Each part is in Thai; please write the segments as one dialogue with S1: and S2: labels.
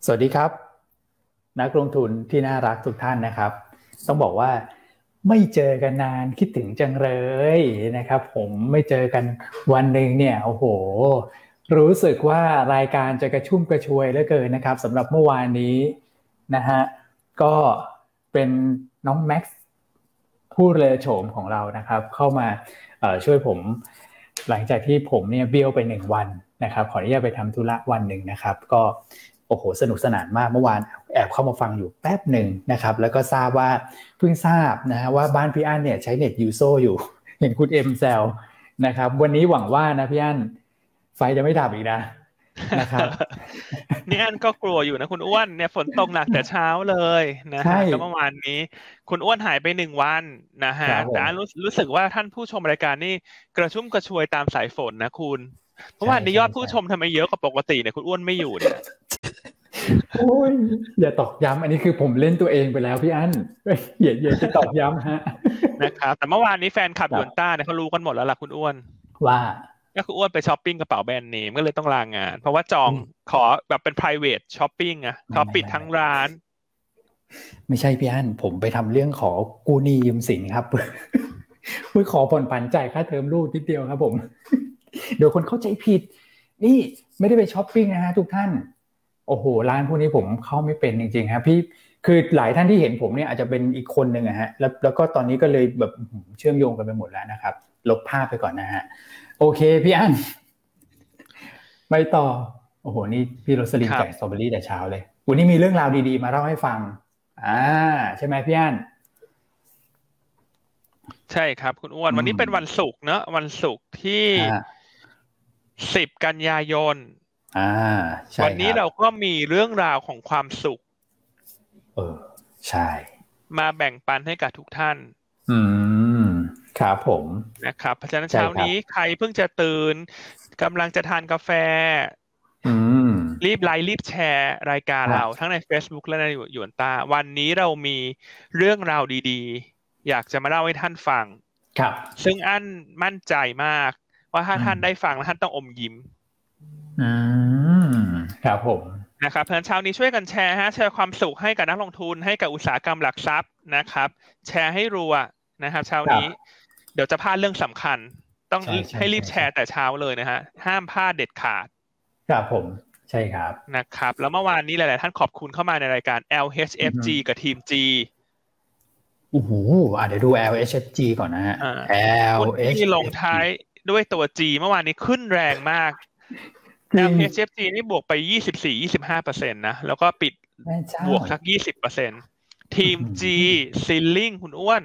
S1: สวัสดีครับนักลงทุนที่น่ารักทุกท่านนะครับต้องบอกว่าไม่เจอกันนานคิดถึงจังเลยนะครับผมไม่เจอกันวันหนึ่งเนี่ยโอ้โหรู้สึกว่ารายการจะกระชุ่มกระชวยเหลือเกินนะครับสำหรับเมื่อวานนี้นะฮะก็เป็นน้องแม็กซ์ผู้เรือโฉมของเรานะครับเข้ามาช่วยผมหลังจากที่ผมเนี่ยเบี้ยวไป1 วันนะครับขออนุญาตไปทำธุระวันหนึ่งนะครับก็โอ้โหสนุกสนานมากเมื่อวานแอบเข้ามาฟังอยู่แป๊บหนึ่งนะครับแล้วก็ทราบว่าเพิ่งทราบนะฮะว่าบ้านพี่อั้นเนี่ยใช้เน็ตยูโซอยู่เห็นคุณเอ็มแซวนะครับวันนี้หวังว่านะพี่อั้นไฟจะไม่ดับอีกนะครับ
S2: นี่อันก็กลัวอยู่นะคุณอ้วนเนี่ยฝนตกหนักแต่เช้าเลยนะ
S1: ใช่
S2: ฮะก็เมื่อวานนี้คุณอ้วนหายไป1 วันนะ
S1: ค
S2: ฮะ
S1: รับผม
S2: แต่อันรู้สึกว่าท่านผู้ชมรายการนี่กระชุ่มกระชวยตามสายฝนนะคุณเพราะ
S1: ใช่
S2: ว่านี้
S1: ใช่ใช่
S2: ยอดผู้ชมทำไมเยอะกว่าปกติเนี่ยคุณอ้วนไม่อยู่เนี่ย
S1: โอ้ยอย่าตอกย้ำอันนี้คือผมเล่นตัวเองไปแล้วพี่อั้นอย่าไปตอกย้ำฮะ
S2: นะครับแต่เมื่อวานนี้แฟนคลับ
S1: ครับ
S2: หยวนต้าเนี่ยเขารู้กันหมดแล้วล่ะคุณอ้วน
S1: ว่า
S2: ก็คืออ้วนไปช้อปปิ้งกระเป๋าแบรนด์เนมก็เลยต้องลางานเพราะว่าจอง
S1: อืม
S2: ขอแบบเป็น private shopping อะ
S1: ไม่
S2: เขาปิด
S1: ไม่ไม่ไม่
S2: ทั้งร้าน
S1: ไม่ใช่พี่อั้นผมไปทำเรื่องขอกู้หนี้ยืมสินครับเพื่อขอผ่อนผันจ่ายค่าเทอมลูกนิดเดียวครับผมเดี๋ยวคนเข้าใจผิดนี่ไม่ได้ไปช้อปปิ้งนะฮะทุกท่านโอ้โหร้านพวกนี้ผมเข้าไม่เป็นจริงๆครับพี่คือหลายท่านที่เห็นผมเนี่ยอาจจะเป็นอีกคนหนึ่งอะฮะแล้วก็ตอนนี้ก็เลยแบบเชื่อมโยงกันไปหมดแล้วนะครับลบภาพไปก่อนนะฮะโอเคพี่อั้นไปต่อโอ้โหนี่พี่โรสลินแจกสตรอเบอรี่แต่เช้าเลยวันนี้มีเรื่องราวดีๆมาเล่าให้ฟังอ่าใช่ไหมพี่อั้น
S2: ใช่ครับคุณอ้วน
S1: อืม
S2: วันนี้เป็นวันศุกร์เนอะวันศุกร์ที่
S1: อ่า
S2: 10 กันยายน
S1: อ่าใช่
S2: วัน
S1: ครับ
S2: นี้เราก็มีเรื่องราวของความสุข
S1: เออใช่
S2: มาแบ่งปันให้กับทุกท่าน
S1: อืมครับผม
S2: นะครับเพราะฉะนั้น
S1: ใช่ครับ
S2: เช้านี้ใครเพิ่งจะตื่นกำลังจะทานกาแฟ
S1: อืม
S2: รีบไลค์รีบแชร์รายการ
S1: ฮะ
S2: เราทั้งใน Facebook และในหยวนต้าวันนี้เรามีเรื่องราวดีๆอยากจะมาเล่าให้ท่านฟัง
S1: ครับ
S2: ซึ่งอันมั่นใจมากว่าถ้า
S1: อืม
S2: ท่านได้ฟังแล้วท่านต้องอมยิ้ม
S1: อืมครับผม
S2: นะครับเพราะฉะนั้นเช้านี้ช่วยกันแชร์แชร์ความสุขให้กับนักลงทุนให้กับอุตสาหกรรมหลักทรัพย์นะครับแชร์ให้รัวนะครับเช้า
S1: ครับ
S2: นี้เดี๋ยวจะพลาดเรื่องสำคัญต้อง
S1: ใช่ใช่
S2: ให้รี
S1: ใช่ใช่
S2: บแชร์แต่เช้าเลยนะฮะห้ามพลาดเด็ดขาด
S1: ครับผมใช่ครับ
S2: นะครับแล้วเมื่อวานนี้หลายๆท่านขอบคุณเข้ามาในรายการ
S1: อือฮึ
S2: LHFG กับทีม G
S1: โอ้โหเดี๋ยวดู LHFG ก่อนนะฮะ
S2: อ่าหุ้นที่ลง
S1: LHFG
S2: ท้ายด้วยตัว G เมื่อวานนี้ขึ้นแรงมาก
S1: จริง
S2: LHFG นี่บวกไป24-25%นะแล้วก็ปิด
S1: แม่เจ้า
S2: บวกสัก20%ทีม
S1: อื้อ
S2: G
S1: หือ
S2: Ceiling คุณอ้วน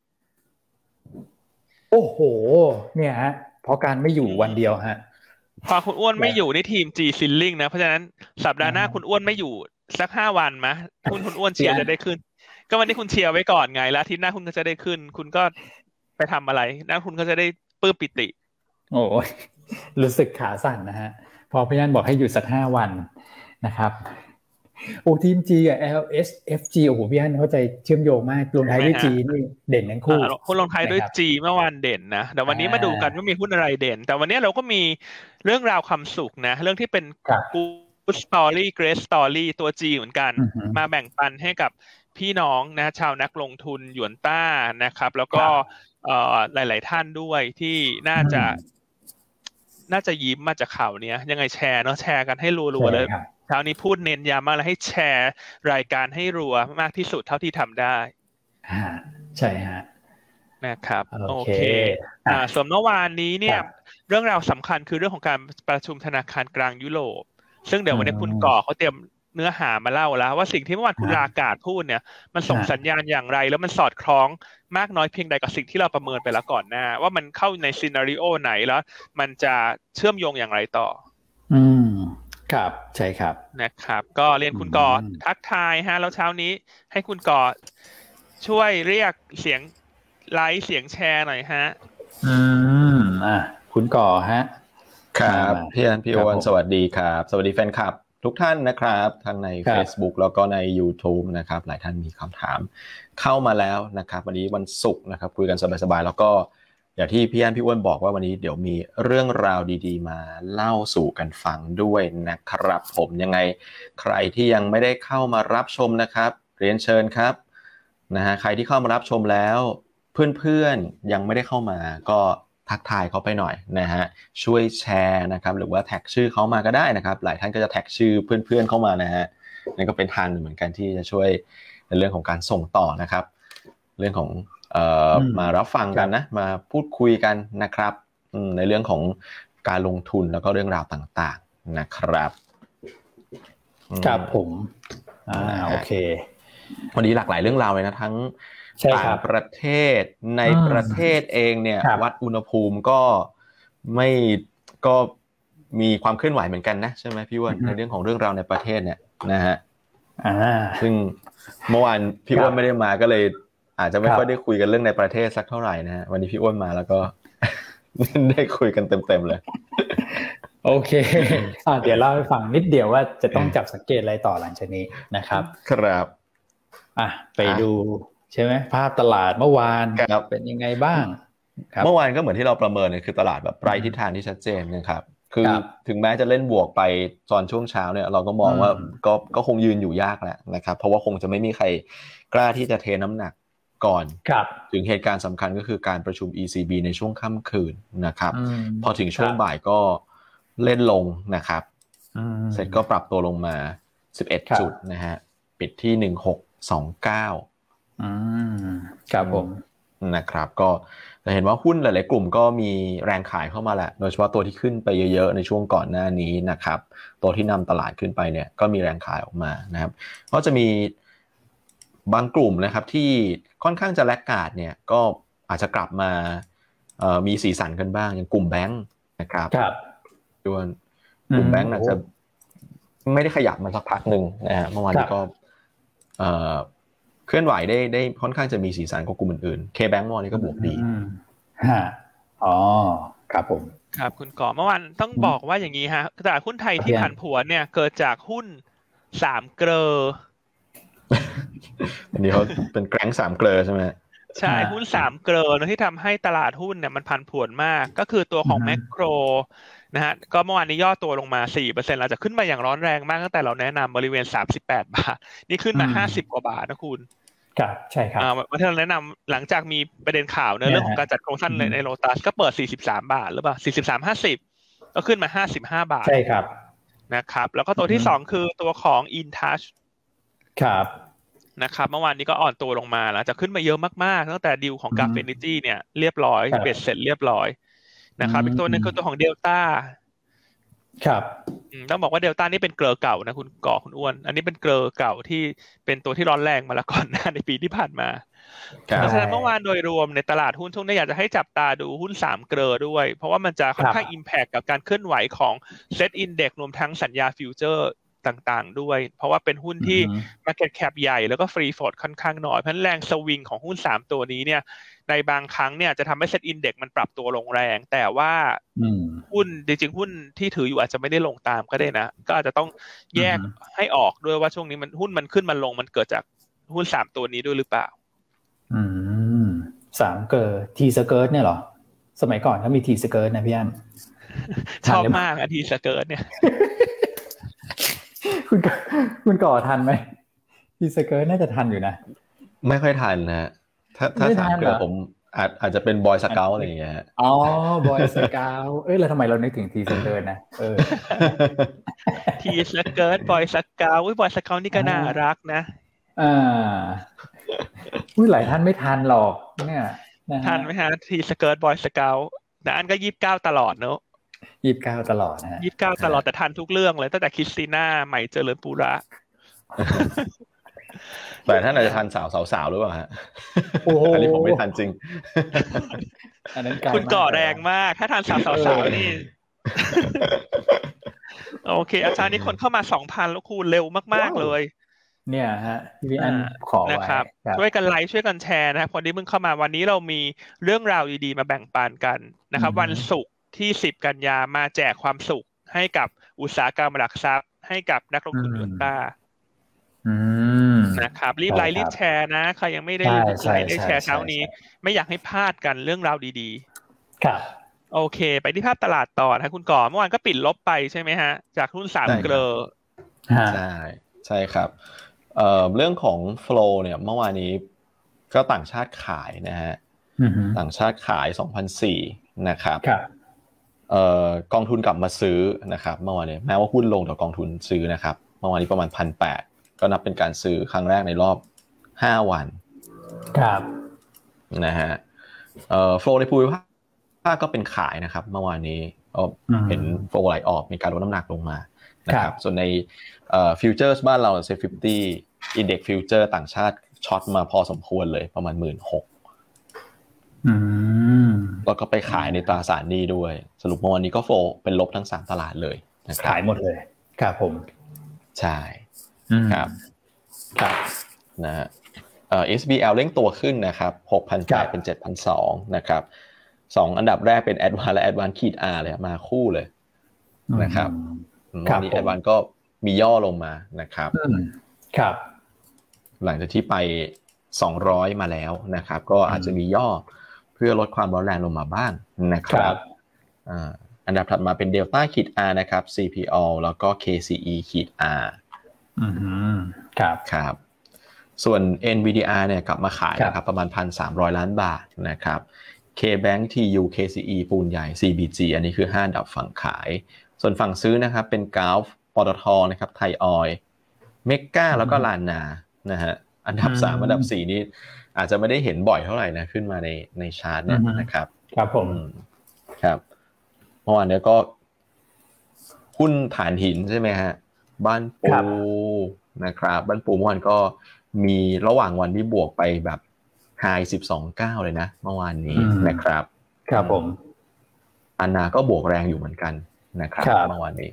S1: โอ้โหเนี่ยฮะเพราะการไม่อยู่วันเดียวฮะ
S2: พอคุณอ้วน
S1: แบบ
S2: ไม่อยู่ในทีม G Ceiling นะเพราะฉะนั้นสัปดาห์หน้าคุณอ้วนไม่อยู่สัก5 วันมะหุ้นคุณอ้วนเชียร์
S1: พี่อัน
S2: จะได้ขึ้นก็วันนี้คุณเชียร์ไว้ก่อนไงแล้วอาทิตย์หน้าคุณก็จะได้ขึ้นคุณก็ไปทำอะไรแล้วคุณก็จะได้ปลื้มปิติ
S1: โอ้ยรู้สึกขาสั่นนะฮะพอพี่อันบอกให้หยุดสัก5 วันนะครับโอ้ทีม G กับ LSFG โอ้โหพี่อันเข้าใจเชื่อมโยงมากลงท้ายด้วย G
S2: ใช่ไหมฮะ
S1: นี่เด่นทั้งคู่
S2: หุ้นลงท้ายด้วย
S1: นะครับ
S2: G เมื่อวานเด่นนะแต่
S1: อ่
S2: วันนี้มาดูกัน
S1: า
S2: ว่ามีหุ้นอะไรเด่นแต่วันนี้เราก็มีเรื่องราวความสุขนะเรื่องที่เป็น
S1: ครับ
S2: good story great story ตัว G เหมือนกัน
S1: อือหือ
S2: มาแบ่งปันให้กับพี่น้องนะชาวนักลงทุนหยวนต้านะครับแล้วก็
S1: ครับ
S2: หลายๆท่านด้วยที่น่า
S1: อื
S2: จะ
S1: ม
S2: ยิ้มมาจากข่าวเนี้ยยังไงแชร์เนาะแชร์กันให้รั
S1: ใช่
S2: วๆเลย
S1: ครับ
S2: เช้านี้พูดเน้นย้ำมากเลยให้แชร์รายการให้รัวมากที่สุดเท่าที่ทำได้
S1: อ่าใช่ฮะ
S2: นะครับ
S1: โอเค
S2: โอเค
S1: อ่ะ
S2: ส่วนเมื่อวานนี้
S1: ค
S2: เนี่ย
S1: รับ
S2: เรื่องราวสำคัญคือเรื่องของการประชุมธนาคารกลางยุโรปซึ่งเดี๋
S1: อื
S2: ยววันนี้คุณก่อ
S1: ม
S2: เขาเตรียมเนื้อหามาเล่าแล้วว่าสิ่งที่เมื่อวานคุณ
S1: ฮะ
S2: ลากาศพูดเนี่ยมันส่ง
S1: ฮะ
S2: สัญญาณอย่างไรแล้วมันสอดคล้องมากน้อยเพียงใดกับสิ่งที่เราประเมินไปแล้วก่อนหน้าว่ามันเข้าในซีนาริโอไหนแล้วมันจะเชื่อมโยงอย่างไรต่อ
S1: อืมครับใช่ครับ
S2: นะครับก็เรียน
S1: อื
S2: คุณก่อ
S1: ม
S2: ทักทายแล้วเช้านี้ให้คุณก่อช่วยเรียกเสียงไลค์เสียงแชร์หน่อยฮะ
S1: อืมคุณก่อฮะ
S3: ครับ
S1: มา
S3: พี่อันพี่
S1: ครับ
S3: โอน
S1: ผม
S3: สวัสดีครับสวัสดีแฟนคลับทุกท่านนะครับทั้งใน
S1: ครับ
S3: Facebook แล้วก็ใน YouTube นะครับหลายท่านมีคำถามเข้ามาแล้วนะครับวันนี้วันศุกร์นะครับคุยกันสบายๆแล้วก็อย่างที่พี่อั้นพี่อ้วนบอกว่าวันนี้เดี๋ยวมีเรื่องราวดีๆมาเล่าสู่กันฟังด้วยนะครับผมยังไงใครที่ยังไม่ได้เข้ามารับชมนะครับเรียนเชิญครับนะฮะใครที่เข้ามารับชมแล้วเพื่อนๆยังไม่ได้เข้ามาก็ทักทายเขาไปหน่อยนะฮะช่วยแชร์นะครับหรือว่าแท็กชื่อเขามาก็ได้นะครับหลายท่านก็จะแท็กชื่อเพื่อนๆเข้ามานะฮะนั่นก็เป็นทางหนึ่งเหมือนกันที่จะช่วยในเรื่องของการส่งต่อนะครับเรื่องของมารับฟังกันนะมาพูดคุยกันนะครับในเรื่องของการลงทุนแล้วก็เรื่องราวต่างๆนะครับ
S1: ครับผมโอเค
S3: วันนี้หลากหลายเรื่องราวเลยนะทั้งต่างประเทศในประเทศเองเนี่ยวัดอุณหภูมิก็มีความเคลื่อนไหวเหมือนกันนะใช่ไหมพี่อ้วนในเรื่องของเรื่องราวในประเทศเนี่ยนะฮะซึ่งเมื่อวานพี่อ้วนไม่ได้มาก็เลยอาจจะไม่ค่อยได้คุยกันเรื่องในประเทศสักเท่าไหร่นะฮะวันนี้พี่อ้วนมาแล้วก็ ได้คุยกันเต็มๆเลย
S1: โอเคเดี๋ยวเล่าให้ฟังนิดเดียวว่าจะต้องจับสังเกตอะไรต่อหลังจากนี้นะครับ
S3: ครับ
S1: ไปดูใช่ไหมภาพตลาดเมื่อวานเป็นยังไงบ้าง
S3: เมื่อวานก็เหมือนที่เราประเมินเนี่ยคือตลาดแบบไร้ทิศทางที่ชัดเจนนะครับคือถึงแม้จะเล่นบวกไปตอนช่วงเช้าเนี่ยเราก็มองว่าก็คงยืนอยู่ยากแหละนะครับเพราะว่าคงจะไม่มีใครกล้าที่จะเทน้ำหนักก่อนถึงเหตุการณ์สำคัญก็คือการประชุม ECB ในช่วงค่ำคืนนะครับพอถึงช่วงบ่ายก็เล่นลงนะครับเสร็จก็ปรับตัวลงมา11จุดนะฮะปิดที่1629
S1: ครับผม
S3: นะครับก็จะเห็นว่าหุ้นหลายๆกลุ่มก็มีแรงขายเข้ามาแหละโดยเฉพาะตัวที่ขึ้นไปเยอะๆในช่วงก่อนหน้านี้นะครับตัวที่นำตลาดขึ้นไปเนี่ยก็มีแรงขายออกมานะครับก็จะมีบางกลุ่มนะครับที่ค่อนข้างจะแลกขาดเนี่ยก็อาจจะกลับมามีสีสันกันบ้างอย่างกลุ่มแบงค์นะครับด้วยกลุ่มแบงค์อาจจะไม่ได้ขยับมาสักพักหนึ่งนะฮะเมื่อวานนี้ก็เคลื่อนไหวได้ค่อนข้างจะมีสีสันกว่ากลุ่มอื่นๆ K-Bank เมื่อวานนี้ก็บวกดี
S1: ครับผม
S2: ครับคุณก่อเมื่อวานต้องบอกว่าอย่างนี้ฮะตลาดหุ้นไทยที่ผันผวนเนี่ยเกิดจากหุ้น3เกลอ
S3: อันนี้เขาเป็นแกร้ง3เกลอใช่ไหม
S2: ใช่หุ้น3เกลอที่ทำให้ตลาดหุ้นเนี่ยมันผันผวนมากก็คือตัวของแมคโครนะฮะก็เมื่อวานนี้ย่อตัวลงมา 4% เราจะขึ้นมาอย่างร้อนแรงมากตั้งแต่เราแนะนำบริเวณ38 บาทนี่ขึ้นมา50กว่าบาทนะคุณ
S1: ครับใช่ครับ
S2: วันที่เราแนะนำหลังจากมีประเด็นข่าวเรื่องของการจัดโครงสร้างในโลตัสก็เปิด43 บาทหรือเปล่า43.50ก็ขึ้นมา55 บาท
S1: ใช่ครับ
S2: นะครับแล้วก็ตัวที่2คือตัวของ InTouch
S1: ครับ
S2: นะครับเมื่อวานนี้ก็อ่อนตัวลงมาแล้วจะขึ้นมาเยอะมากๆตั้งแต่ดีลของกราฟเอเนจีเนี่ยเรียบร้อยเบ็ดเสร็จเรียบร้อยนะครับอีกตัวนึงคือตัวของ Delta
S1: ครับ
S2: ต้องบอกว่า Delta นี่เป็นเกลอเก่านะคุณก่อคุณอ้วนอันนี้เป็นเกลอเก่าที่เป็นตัวที่ร้อนแรงมาแล้วก่อนหน้าในปีที่ผ่านมาเพราะฉะนั้นเมื่อวานโดยรวมในตลาดหุ้นช่วงนี้อยากจะให้จับตาดูหุ้น3เกลอด้วยเพราะว่ามันจะค่อนข้าง impact กับการเคลื่อนไหวของ Set Index รวมทั้งสัญญาฟิวเจอร์ต่างๆด้วยเพราะว่าเป็นหุ้นที่ market cap ใหญ่แล้วก็ free float ค่อนข้างน้อยเพราะฉะนั้นแรงสวิงของหุ้น3ตัวนี้เนี่ยในบางครั้งเนี่ยจะทำให้ Set Index มันปรับตัวลงแรงแต่ว่าหุ้นจริงๆหุ้นที่ถืออยู่อาจจะไม่ได้ลงตามก็ได้นะก็อาจจะต้องแยกให้ออกด้วยว่าช่วงนี้มันหุ้นมันขึ้นมันลงมันเกิดจากหุ้น3ตัวนี้ด้วยหรือเปล่า
S1: 3เกิร์ Tสเกิร์ตเนี่ยเหรอสมัยก่อนเขามี Tสเกิร์ตนะพี่อั้น
S2: ชอบมากTสเกิร์ตเนี่ย
S1: คุณก่อทันไหมTสเกิร์ตน่าจะทันอยู่นะ
S3: ไม่ค่อยทันนะถ้า3เกิร์ผมอาจจะเป็นบอยสเกาต์อะไรอย่างเงี้ย
S1: บอยสเกาต์แล้วทำไมเรานึกถึงทีสเกิร์ตนะ
S2: ทีสเกิร์ตบอยสเกาต์บอยสเกาต์นี่ก็น่ารักนะ
S1: หลายท่านไม่ทันหรอกเนี่ย
S2: ทันไหมฮะทีสเกิร์ตบอยสเกาต์แต่อันก็29ตลอดเนอะ
S1: 29ตลอดนะฮะ
S2: 29ตลอดแต่ทันทุกเรื่องเลยตั้งแต่คริสติน่าใหม่เจริญปุระ
S3: แต่ท่านอาจจะทันสาวหรือเปล่าฮะอันนี้ผมไม่ทันจริง
S2: คุณก่อแรงมากถ้าทันสาวนี่โอเคอาจารย์นี่คนเข้ามา 2,000 แล้วคูณเร็วมากๆเลย
S1: เนี่ยฮะพี่อันขอ
S2: นะครับช่วยกันไลค์ช่วยกันแชร์นะครับคนที่เพิ่งเข้ามาวันนี้เรามีเรื่องราวดีๆมาแบ่งปันกันนะครับวันศุกร์ที่10กันยามาแจกความสุขให้กับอุตสาหกรรมหลักทรัพย์ให้กับนักลงทุนยูต้านะครับรีบไลค์รีบแชร์นะใครยังไม่ได้ไลค์ได้แชร์เช้านี้ไม่อยากให้พลาดกันเรื่องราวดี
S1: ครับ
S2: โอเคไปที่ภาพตลาดต่อนะคุณก่อเมื่อวานก็ปิดลบไปใช่ไหมฮะจากหุ้น3เกลอ
S3: ใช่ใช่ครับเรื่องของ flow เนี่ยเมื่อวานนี้ก็ต่างชาติขายนะฮะต่างชาติขาย 2,400 นะครับกองทุนกลับมาซื้อนะครับเมื่อวานนี้แม้ว่าหุ้นลงแต่กองทุนซื้อนะครับเมื่อวานนี้ประมาณ 1,800 ก็นับเป็นการซื้อครั้งแรกในรอบ5วัน
S1: ครับ
S3: นะฮะflow ในภูมิภาคก็เป็นขายนะครับเมื่อวานนี้เห็น flow ไหลออกมีการลดน้ำหนักลงมานะครับส่วนในฟิวเจอร์สบ้านเราเซ็ต50 Index Future ต่างชาติช็อตมาพอสมควรเลยประมาณ 16,000 แล้วก็ไปขายในตราสารหนี้ด้วยสรุปเมื่อวานนี้ก็โฟเป็นลบทั้ง3ตลาดเลยนะครับ
S1: ขายหมดเลยครับผม
S3: ใช่ครับนะฮะSBL เร่งตัวขึ้นนะครับ 6,800 เป็น 7,200 นะครับ2อันดับแรกเป็น Advance และ Advance ขีด R เลยมาคู่เลยนะครับวันนี้ Advance ก็มีย่อลงมานะครับ
S1: ครับ
S3: หลังจากที่ไป200มาแล้วนะครับก็อาจจะมีย่อเพื่อลดความร้อนแรงลงมาบ้างนะครับอันดับถัดมาเป็น Delta ขีด R นะครับ CPO แล้วก็ KCE ขีด R ครับส่วน NVDR เนี่ยกลับมาขายนะครับประมาณ 1,300 ล้านบาทนะครับ KBank TU KCE ปูนใหญ่ CBG อันนี้คือ5อันดับฝั่งขายส่วนฝั่งซื้อนะครับเป็น Gulf ปตทนะครับไทยออยล์เมกก้าแล้วก็ลานนานะฮะอันดับ3อันดับ4นี่อาจจะไม่ได้เห็นบ่อยเท่าไหร่นะขึ้นมาในชาร์ตเนี่ยนะครับ
S1: ครับผม
S3: ครับเมื่อวานเนี้ยก็หุ้นถ่านหินใช่ไหมฮะบ้านปูนะครับบ้านปูเมื่อวานก็มีระหว่างวันที่บวกไปแบบไฮ 12.9 เลยนะเมื่อวานนี้นะครับ
S1: ครับผม
S3: อานาก็บวกแรงอยู่เหมือนกันนะครับเมื่อวานนี้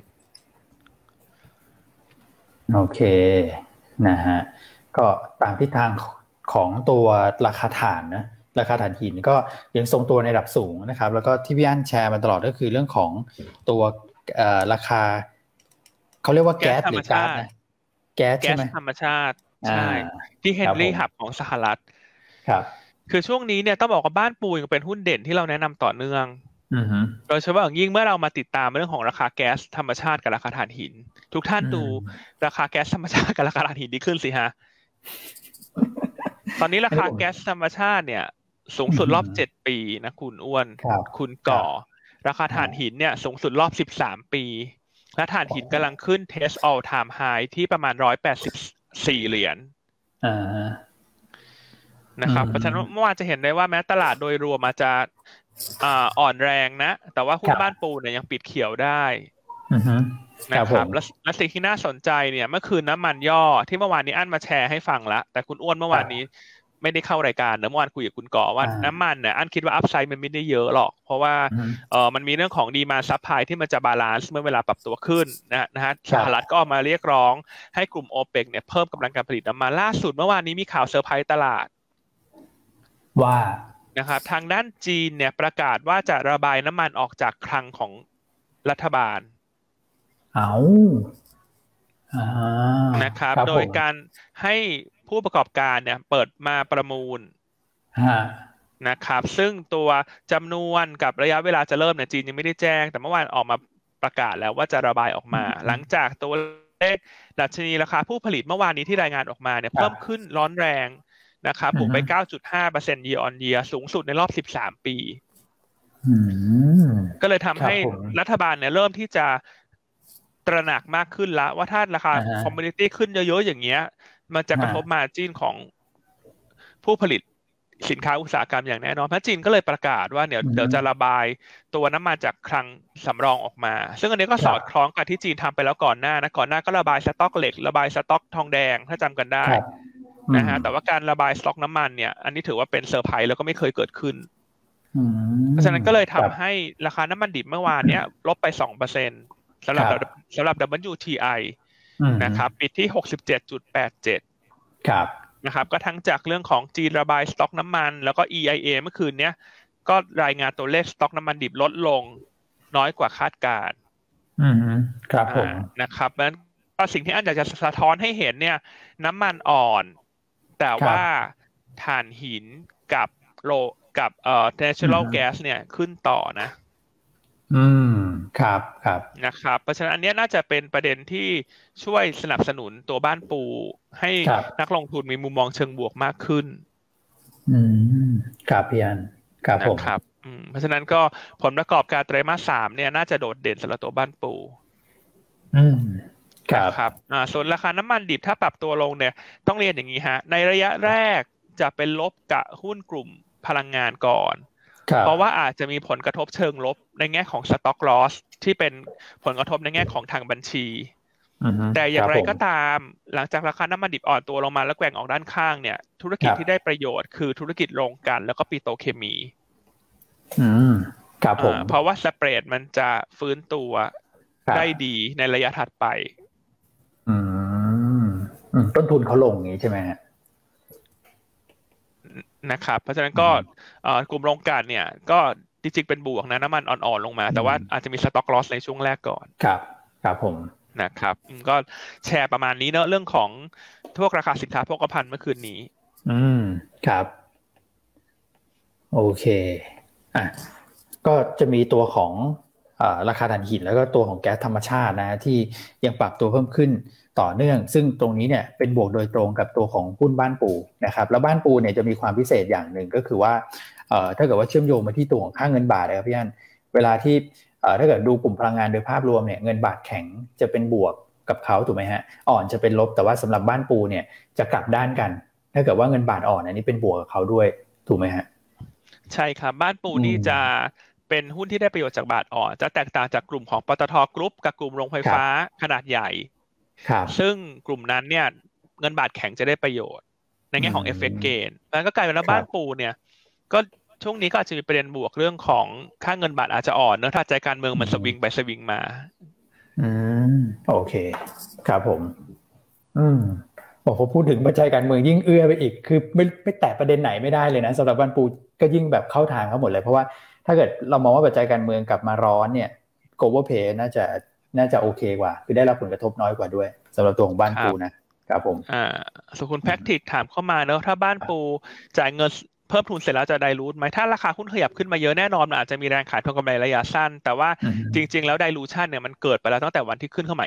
S1: โอเคนะฮะก็ตามทิศทางของตัวราคาถ่านนะราคาถ่านหินก็ยังทรงตัวในระดับสูงนะครับแล้วก็ที่พี่อั้นแชร์มาตลอดก็คือเรื่องของตัวราคาเขาเรียกว่าแก๊สหรือก๊าซนะแก๊สใช่ไหม
S2: ธรรมชาติใช่ที่เฮนรี่ฮับของสหรัฐ
S1: ครับ
S2: คือช่วงนี้เนี่ยต้องบอกว่าบ้านปูยังเป็นหุ้นเด่นที่เราแนะนำต่อเนื่องโดยเฉพาะอย่างยิ่งเมื่อเรามาติดตามเรื่องของราคาแก๊สธรรมชาติกับราคาถ่านหินทุกท่านดูราคาแก๊สธรรมชาติกับราคาถ่านหินดีขึ้นสิฮะตอนนี้ราคาแก๊สธรรมชาติเนี่ยสูงสุดรอบ7ปีนะคุณอ้วนคุณก่อราคาถ่านหินเนี่ยสูงสุดรอบ13ปีและถ่านหินกำลังขึ้น test all time high ที่ประมาณ184 เหรียญนะครับเพราะฉะนั้นเมื่อวานจะเห็นได้ว่าแม้ตลาดโดยรวมอาจจะอ่อนแรงนะแต่ว่าหุ้นบ้านปูเนี่ยยังปิดเขียวได้นะครับและสิ่งที่น่าสนใจเนี่ยเมื่อคืนน้ำมันย่อที่เมื่อวานนี้อั้นมาแชร์ให้ฟังแล้วแต่คุณอ้วนเมื่อวานนี้ไม่ได้เข้ารายการเมื่อวานคุยกับคุณก่อว่าน้ำมันเนี่ยอั้นคิดว่าอัพไซด์มันไม่ได้เยอะหรอกเพราะว่ามันมีเรื่องของดีมานด์ซัพพลายที่มันจะบาลานซ์เมื่อเวลาปรับตัวขึ้นนะฮะสหรัฐก็ออกมาเรียกร้องให้กลุ่ม OPEC เนี่ยเพิ่มกำลังการผลิตน้ำมันล่าสุดเมื่อวานนี้มีข่าวเซอร์ไพรส์ตลาด
S1: ว่า
S2: นะครับทางด้านจีนเนี่ยประกาศว่าจะระบายน้ำมันออกจากคลังของรัฐบาลนะครับโดยการให้ผู้ประกอบการเนี่ยเปิดมาประมูลนะครับซึ่งตัวจำนวนกับระยะเวลาจะเริ่มเนี่ยจีนยังไม่ได้แจ้งแต่เมื่อวานออกมาประกาศแล้วว่าจะระบายออกมาหลังจากตัวเลขดัชนีราคาผู้ผลิตเมื่อวานนี้ที่รายงานออกมาเนี่ยเพิ่มขึ้นร้อนแรงนะครับบวกไป 9.5% year on year สูงสุดในรอบ13ปีก็เลยทำให้รัฐบาลเนี่ยเริ่มที่จะตระหนักมากขึ้นแล้วว่าถ้าราคาคอมมูนิตี้ขึ้นเยอะๆอย่างเงี้ยมันจะกระทบมาร์จิ้นของผู้ผลิตสินค้าอุตสาหกรรมอย่างแน่นอนเพราะจีนก็เลยประกาศว่าเดี๋ยวจะระบายตัวน้ำมันจากคลังสำรองออกมาซึ่งอันนี้ก็สอดคล้องกับที่จีนทำไปแล้วก่อนหน้าก็ระบายสต็อกเหล็กระบายสต็อกทองแดงถ้าจำกันได้นะฮะแต่ว่าการระบายสต็อกน้ำมันเนี่ยอันนี้ถือว่าเป็นเซอร์ไพรส์แล้วก็ไม่เคยเกิดขึ้นเพราะฉะนั้นก็เลยทำให้ราคาน้ำมันดิบเมื่อวานเนี้ยลบไป 2% สำหรับ WTI นะครับปิดที่ 67.87
S1: ครับ
S2: นะครับก็ทั้งจากเรื่องของจีนระบายสต็อกน้ำมันแล้วก็ EIA เมื่อคืนเนี้ยก็รายงานตัวเลขสต็อกน้ำมันดิบลดลงน้อยกว่าคาดการณ์
S1: ครับผม
S2: นะครับเพราะฉะนั้นก็สิ่งที่อันอยากจะสะท้อนให้เห็นเนี่ยน้ำมันอ่อนแต่ว่าถ่านหินกับnatural gas เนี่ยขึ้นต่อนะ
S1: ครับครับ
S2: นะครับเพราะฉะนั้นอันนี้น่าจะเป็นประเด็นที่ช่วยสนับสนุนตัวบ้านปูให้นักลงทุนมีมุมมองเชิงบวกมากขึ้น
S1: ครับพี่อันครับผม
S2: นะครับเพราะฉะนั้นก็ผลประกอบการไตรมาส 3เนี่ยน่าจะโดดเด่นสำหรับตัวบ้านปู
S1: ครับ
S2: ส่วนราคาน้ำมันดิบถ้าปรับตัวลงเนี่ยต้องเรียนอย่างนี้ฮะในระยะแรกจะเป็นลบกับหุ้นกลุ่มพลังงานก่อนเพราะว่าอาจจะมีผลกระทบเชิงลบในแง่ของ stock loss ที่เป็นผลกระทบในแง่ของทางบัญชีแต่อย่างไรก็ตามหลังจากราคาน้ำมันดิบอ่อนตัวลงมาแล้วแกว่งออกด้านข้างเนี่ยธุรกิจที่ได้ประโยชน์คือธุรกิจโรงกลั่นแล้วก็ปิโตรเคมี
S1: ครับผม
S2: เพราะว่าสเปรดมันจะฟื้นตัวได้ดีในระยะถัดไป
S1: ต้นทุนเขาลงอย่างนี้ใช่ไหมฮะ
S2: นะครับเพราะฉะนั้นก็กลุ่มโรงกลั่นเนี่ยก็จริงๆเป็นบวกนะน้ำมันอ่อนๆลงมาแต่ว่าอาจจะมี stock loss ในช่วงแรกก่อน
S1: ครับผม
S2: นะครับก็แชร์ประมาณนี้เนอะเรื่องของพวกราคาสินค้าโภคภัณฑ์เมื่อคืนนี้
S1: ครับโอเคก็จะมีตัวของราคาถ่านหินแล้วก็ตัวของแก๊สธรรมชาตินะที่ยังปรับตัวเพิ่มขึ้นต่อเนื่องซึ่งตรงนี้เนี่ยเป็นบวกโดยตรงกับตัวของหุ้นบ้านปูนะครับแล้วบ้านปูเนี่ยจะมีความพิเศษอย่างหนึ่งก็คือว่าถ้าเกิดว่าเชื่อมโยงมาที่ตัวของค่าเงินบาทนะครับพี่อันเวลาที่ถ้าเกิดดูกลุ่มพลังงานโดยภาพรวมเนี่ยเงินบาทแข็งจะเป็นบวกกับเขาถูกไหมฮะอ่อนจะเป็นลบแต่ว่าสำหรับบ้านปูเนี่ยจะกลับด้านกันถ้าเกิดว่าเงินบาทอ่อนอันนี้เป็นบวกกับเขาด้วยถูกไหมฮะ
S2: ใช่ครับบ้านปูนี่จะเป็นหุ้นที่ได้ประโยชน์จากบาทอ่อนจะแตกต่างจากกลุ่มของปตท.กรุ๊ปกับกลุ่มโรงไฟฟ้าขนาดใหญ่ซึ่งกลุ่มนั้นเนี่ยเงินบาทแข็งจะได้ประโยชน์ในแง่ของ FX gain แล้วก็กลายเป็นว่าบ้านปูเนี่ยก็ช่วงนี้ก็อาจจะมีประเด็นบวกเรื่องของค่าเงินบาทอาจจะอ่อนเนื่องจากใจการเมืองมันสวิงไปสวิงมา
S1: โอเคครับผมพอพูดถึงปัจจัยการเมืองยิ่งเอื้อไปอีกคือไม่แตะประเด็นไหนไม่ได้เลยนะสำหรับบ้านปูก็ยิ่งแบบเข้าทางเขาหมดเลยเพราะว่าถ้าเกิดเรามองว่าปัจจัยการเมืองกลับมาร้อนเนี่ย global pay น่าจะโอเคกว่าคือได้รับผลกระทบน้อยกว่าด้วยสำหรับตัวของบ้านปูนะครับผม
S2: ส่วนคุณแพ็กทิกถามเข้ามาเนอะถ้าบ้านปูจ่ายเงินเพิ่มทุนเสร็จแล้วจะไดลูทไหมถ้าราคาหุ้นขยับขึ้นมาเยอะแน่นอนมันอาจจะมีแรงขายทองกำไรระยะสั้นแต่ว่าจริงๆแล้วไดลูชันเนี่ยมันเกิดไปแล้วตั้งแต่วันที่ขึ้นเข้ามา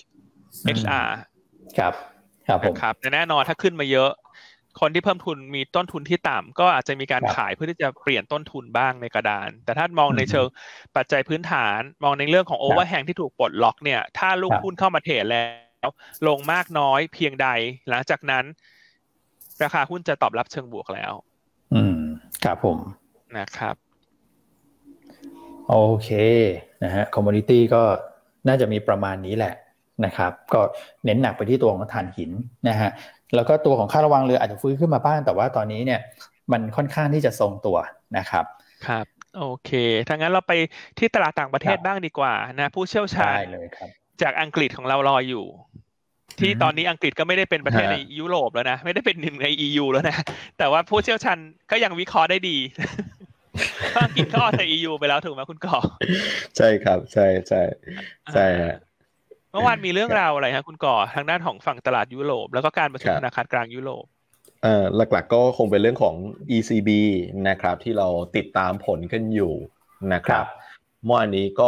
S2: XR
S1: ครับผม
S2: ครับแต่แน่นอนถ้าขึ้นมาเยอะคนที่เพิ่มทุนมีต้นทุนที่ต่ำก็อาจจะมีการขายเพื่อที่จะเปลี่ยนต้นทุนบ้างในกระดานแต่ถ้ามองในเชิงปัจจัยพื้นฐานมองในเรื่องของโอเวอร์แฮงที่ถูกปลดล็อกเนี่ยถ้าลูกหุ้นเข้ามาเทรดแล้วลงมากน้อยเพียงใดหลังจากนั้นราคาหุ้นจะตอบรับเชิงบวกแล้ว
S1: ครับผม
S2: นะครับ
S1: โอเคนะฮะคอมมูนิตี้ก็น่าจะมีประมาณนี้แหละนะครับก็เน้นหนักไปที่ตัวของถ่านหินนะฮะแล้วก็ตัวของค่าระวังเรืออาจจะฟื้นขึ้นมาบ้างแต่ว่าตอนนี้เนี่ยมันค่อนข้างที่จะทรงตัวนะครับ
S2: ครับโอเคถ้างั้นเราไปที่ตลาดต่างประเทศบ้างดีกว่านะผู้เชี่ยวชาญจากอังกฤษของเรารออยู่ที่ตอนนี้อังกฤษก็ไม่ได้เป็นประเทศในยุโรปแล้วนะไม่ได้เป็นหนึ่งใน EU แล้วนะแต่ว่าผู้เชี่ยวชาญก็ยังวิเคราะห์ได้ดีอังกฤษก็ออกจาก EU ไปแล้วถูกไหมคุณก่อ
S3: ใช่ครับใช่ใช่ใช่ฮะ
S2: เมื่อวานมีเรื่องราวอะไรฮะคุณก่อทางด้านของฝั่งตลาดยุโรปแล้วก็การประชุมธนาคารกลางยุโรป
S3: หลักๆก็คงเป็นเรื่องของ ECB นะครับที่เราติดตามผลกันอยู่นะครับเมื่อวานนี้ก็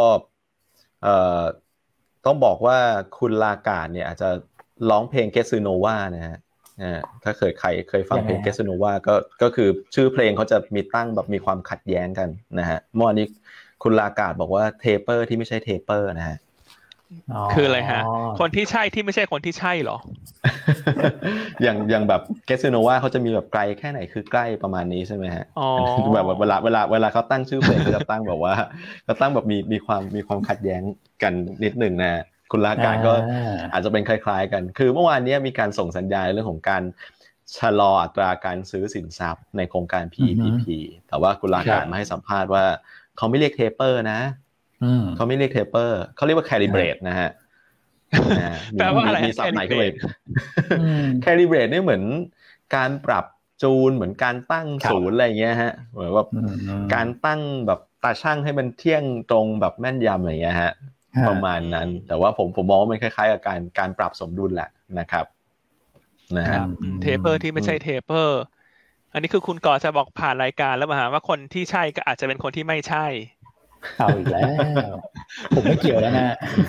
S3: ต้องบอกว่าคุณลาการ์ดเนี่ยอาจจะร้องเพลง Casanova นะฮะถ้าใครเคยฟังเพลง Casanova ก็คือชื่อเพลงเขาจะมีตั้งแบบมีความขัดแย้งกันนะฮะเมื่อวานนี้คุณลาการ์ดบอกว่าเทเปอร์ที่ไม่ใช่เทเปอร์นะฮะ
S2: คืออะไรฮะคนที่ใช่ที่ไม่ใช่คนที่ใช่หรอ
S3: อย่างแบบเกสโนวาเขาจะมีแบบไกลแค่ไหนคือใกล้ประมาณนี้ใช่ไหมฮะแบบเวลาเขาตั้งชื่อเพลงเขาจะตั้งแบบว่าเขาตั้งแบบมีความขัดแย้งกันนิดหนึ่งนะคุณลาการก็อาจจะเป็นคล้ายๆกันคือเมื่อวานนี้มีการส่งสัญญาณเรื่องของการชะลออัตราการซื้อสินทรัพย์ในโครงการ PPP แต่ว่าคุณลาการมาให้สัมภาษณ์ว่าเขาไม่เรียกเทเปอร์นะเขาไม่เรียกเทเปอร์เขาเรียกว่าแคลิเบรตนะฮะ
S2: แปลว่าอะไร
S3: มีศัพท์ไหนขึ้นมาแคลิเบรตนี่เหมือนการปรับจูนเหมือนการตั้งศูนย์อะไรเงี้ยฮะเหมือนแบบการตั้งแบบตาช่างให้มันเที่ยงตรงแบบแม่นยำอะไรเงี้ยฮะประมาณนั้นแต่ว่าผมมองว่ามันคล้ายๆกับการปรับสมดุลแหละนะครับ
S2: นะฮะเทเปอร์ที่ไม่ใช่เทเปอร์อันนี้คือคุณก่อจะบอกผ่านรายการแล้วมาหาว่าคนที่ใช่ก็อาจจะเป็นคนที่ไม่ใช่
S1: เอาอีกแล้วผมไม่เกี่ยวแล้วนะ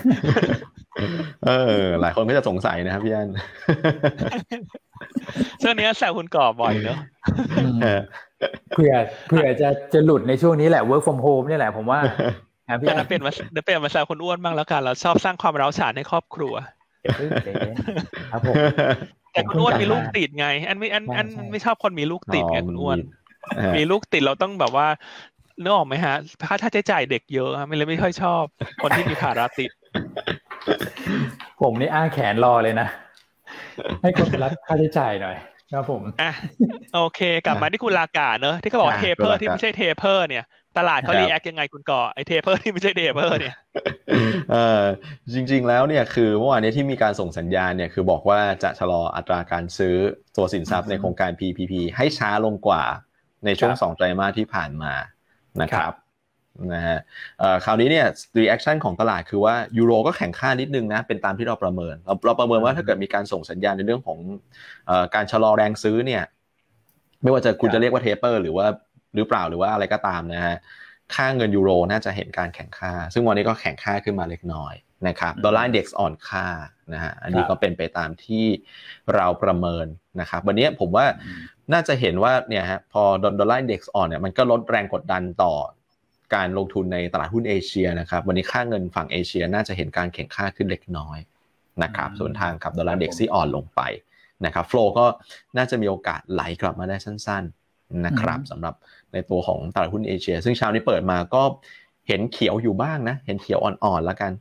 S3: หลายคนก็จะสงสัยนะครับพี่อัน
S2: ช่วงนี้แซวคุณก่อบ่อยเนอะ
S1: เผื่อจะหลุดในช่วงนี้แหละ work from home นี่แหละผมว่า
S2: พี่อันเปลี่ยนมาแซวคุณอ้วนบ้างแล้วกันเราชอบสร้างความร้าวฉานในครอบครัว
S1: ครับผม
S2: แต่คุณอ้วนมีลูกติดไงอันไม่ชอบคนมีลูกติดไงคุณอ้วนมีลูกติดเราต้องแบบว่านึกออกไหมฮะค่าใช้จ่ายเด็กเยอะไม่เลยไม่ค่อยชอบคนที่มีภาระติด
S1: ผมนี่อ้าแขนรอเลยนะให้คนรับค่าใช้จ่ายหน่อยครับผม
S2: โอเคกลับมาที่คุณลากาเนอะที่เขาบอกเทเพอร์ที่ไม่ใช่เทเพอร์เนี่ยตลาดเขารีแอคยังไงคุณก่อไอเทเพอร์ที่ไม่ใช่เทเพอร์เนี่ย
S3: จริงๆแล้วเนี่ยคือเมื่อวานนี้ที่มีการส่งสัญญาณเนี่ยคือบอกว่าจะชะลออัตราการซื้อตัวสินทรัพย์ในโครงการ PPP ให้ช้าลงกว่าในช่วง2ไตรมาสที่ผ่านมานะครับนะฮะคราวนี้เนี่ย reaction ของตลาดคือว่ายูโรก็แข็งค่านิดนึงนะเป็นตามที่เราประเมินเราประเมินว่าถ้าเกิดมีการส่งสัญญาณในเรื่องของการชะลอแรงซื้อเนี่ยไม่ว่าจะคุณจะเรียกว่าเทเปอร์หรือเปล่าหรือว่าอะไรก็ตามนะฮะค่าเงินยูโรน่าจะเห็นการแข่งค่าซึ่งวันนี้ก็แข่งค่าขึ้นมาเล็กน้อยนะครับดอลลาร์อินเด็กซ์อ่อนค่านะฮะอันนี้ก็เป็นไปตามที่เราประเมินนะครับวันนี้ผมว่าน่าจะเห็นว่าเนี่ยฮะพอดอลลาร์อินเด็กซ์อ่อนเนี่ยมันก็ลดแรงกดดันต่อการลงทุนในตลาดหุ้นเอเชียนะครับวันนี้ค่าเงินฝั่งเอเชียน่าจะเห็นการแข่งค่าขึ้นเล็กน้อยนะครับส่วนทางกับดอลลาร์อินเด็กซ์ที่อ่อนลงไปนะครับโฟลว์ก็น่าจะมีโอกาสไหลกลับมาได้สั้นๆนะครับสำหรับในตัวของตลาดหุ้นเอเชียซึ่งเช้านี้เปิดมาก็เห็นเขียวอยู่บ้างนะเห็นเขียวอ่อนๆแล้วกัน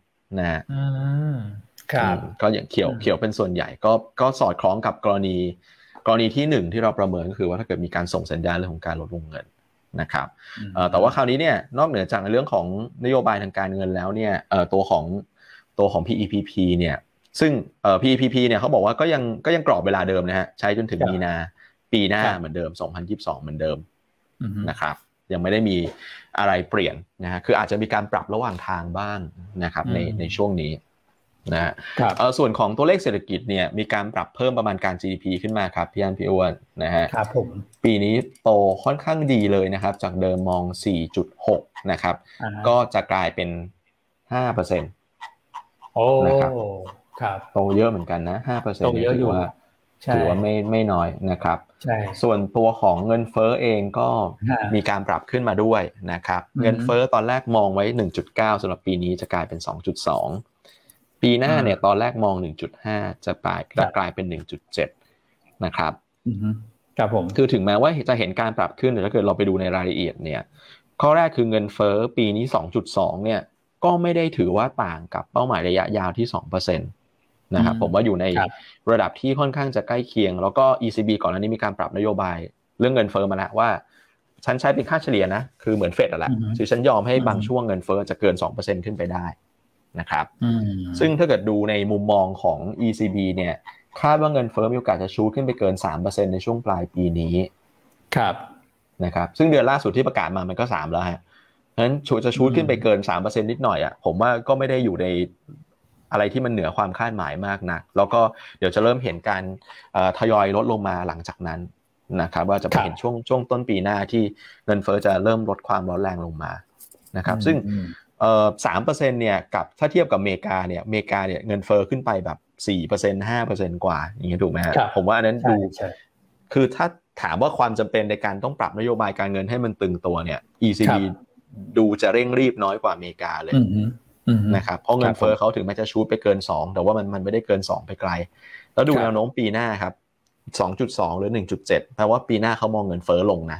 S3: นะครับก็อย่างเขียวเป็นส่วนใหญ่ก็สอดคล้องกับกรณีที่1ที่เราประเมินก็คือว่าถ้าเกิดมีการส่งสัญญาณเรื่องของการลดวงเงินนะครับแต่ว่าคราวนี้เนี่ยนอกเหนือจากในเรื่องของนโยบายทางการเงินแล้วเนี่ยตัวของ PEPP เนี่ยซึ่งPEPP เนี่ยเขาบอกว่าก็ยังกรอบเวลาเดิมนะฮะใช้จนถึงมีนาปีหน้าเหมือนเดิม2022เหมือนเดิมนะครับยังไม่ได้มีอะไรเปลี่ยนนะฮะคืออาจจะมีการปรับระหว่างทางบ้างนะครับในช่วงนี้นะส่วนของตัวเลขเศรษฐกิจเนี่ยมีการปรับเพิ่มประมาณการ GDP ขึ้นมาครับพี่อันพี่อ้วนนะฮะ
S1: ครับผม
S3: ปีนี้โตค่อนข้างดีเลยนะครับจากเดิมมอง 4.6 นะครับก็จะกลายเป็น 5%
S1: โอ้
S3: นะครับ
S1: ครับ
S3: โตเยอะเหมือนกันนะ 5%
S1: โตเยอะอยู่
S3: ถือว่าไม่น้อยนะครับ
S1: ใช่
S3: ส่วนตัวของเงินเฟ้อเองก็มีการปรับขึ้นมาด้วยนะครับเงินเฟ้อตอนแรกมองไว้ 1.9 สำหรับปีนี้จะกลายเป็น 2.2 ปีหน้าเนี่ยตอนแรกมอง 1.5 จะกลายเป็น 1.7 นะครับ
S1: ครับผม
S3: คือถึงแม้ว่าจะเห็นการปรับขึ้นแต่ถ้าเกิดเราไปดูในรายละเอียดเนี่ยข้อแรกคือเงินเฟ้อปีนี้ 2.2 เนี่ยก็ไม่ได้ถือว่าต่างกับเป้าหมายระยะยาวที่ 2%นะครับผมว่าอยู่ในระดับที่ค่อนข้างจะใกล้เคียงแล้วก็ ECB ก่อนหน้านี้มีการปรับนโยบายเรื่องเงินเฟ้อมาแล้วว่าฉันใช้เป็นค่าเฉลี่ยนะคือเหมือนเฟดแหละคือฉันยอมให้บางช่วงเงินเฟ้อจะเกิน 2% ขึ้นไปได้นะครับซึ่งถ้าเกิดดูในมุมมองของ ECB เนี่ยคาดว่าเงินเฟ้อมีโอกาสจะชูดขึ้นไปเกิน 3% ในช่วงปลายปีนี้
S1: ครับ
S3: นะครับซึ่งเดือนล่าสุดที่ประกาศมามันก็3แล้วฮะเพราะฉะนั้นจะชูดขึ้นไปเกิน 3% นิดหน่อยอ่ะผมว่าก็ไม่ได้อยู่ในอะไรที่มันเหนือความคาดหมายมากนักแล้วก็เดี๋ยวจะเริ่มเห็นการทยอยลดลงมาหลังจากนั้นนะครับว่าจะไปเห็นช่วงต้นปีหน้าที่เงินเฟ้อจะเริ่มลดความร้อนแรงลงมานะครับซึ่ง3% เนี่ยกับถ้าเทียบกับอเมริกาเนี่ยเงินเฟ้อขึ้นไปแบบ 4% 5% กว่าอย่างเงี้ยถูกไหมฮะผมว่าอันนั้นดูคือถ้าถามว่าความจำเป็นในการต้องปรับนโยบายการเงินให้มันตึงตัวเนี่ย ECB ดูจะเร่งรีบน้อยกว่าอเมริกาเลยนะครับเพราะเงินเฟ้อเขาถึงแม้จะชูดไปเกิน2แต่ว่ามันไม่ได้เกิน2ไปไกลแล้วดูแนวโน้มปีหน้าครับ 2.2 หรือ 1.7 แปลว่าปีหน้าเขามองเงินเฟ้อลง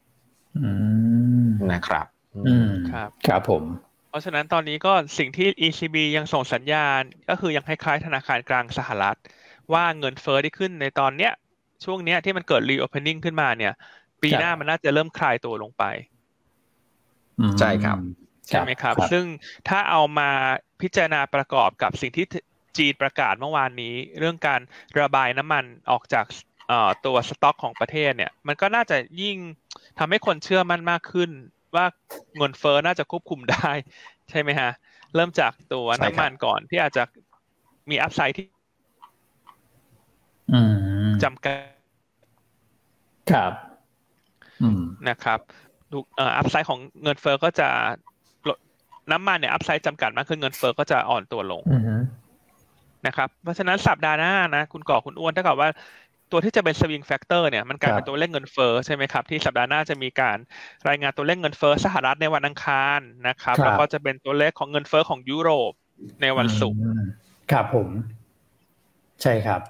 S3: นะครับ
S1: ครับผม
S2: เพราะฉะนั้นตอนนี้ก็สิ่งที่ ECB ยังส่งสัญญาณก็คือยังคล้ายๆธนาคารกลางสหรัฐว่าเงินเฟ้อที่ขึ้นในตอนเนี้ยช่วงเนี้ยที่มันเกิด reopening ขึ้นมาเนี่ยปีหน้ามันน่าจะเริ่มคลายตัวลงไป
S3: ใช่ครับ
S2: ใช่ไหมครับซึ่งถ้าเอามาพิจารณาประกอบกับสิ่งที่จีนประกาศเมื่อวานนี้เรื่องการระบายน้ำมันออกจากตัวสต็อกของประเทศเนี่ยมันก็น่าจะยิ่งทำให้คนเชื่อมั่นมากขึ้นว่าเงินเฟ้อน่าจะควบคุมได้ใช่ไหมฮะเริ่มจากตัวน้ำมันก่อนที่อาจจะมีอัพไซด์ที่จำกัด
S1: ครับ
S2: นะครับอัพไซด์ของเงินเฟ้อก็จะน้ำมันเนี่ยอัพไซด์จำกัดมากขึ้นเงินเฟ้อก็จะอ่อนตัวลงนะครับเพราะฉะนั้นสัปดาห์หน้านะคุณก่อคุณอ้วนถ้าเกิดว่าตัวที่จะเป็น swing factor เนี่ยมันกลายเป็นตัวเลขเงินเฟ้อใช่ไหมครับที่สัปดาห์หน้าจะมีการรายงานตัวเลขเงินเฟ้อสหรัฐในวันอังคารนะครับแล้วก็จะเป็นตัวเลขของเงินเฟ้อของยุโรปในวันศุกร์
S1: ครับผมใช่ครับ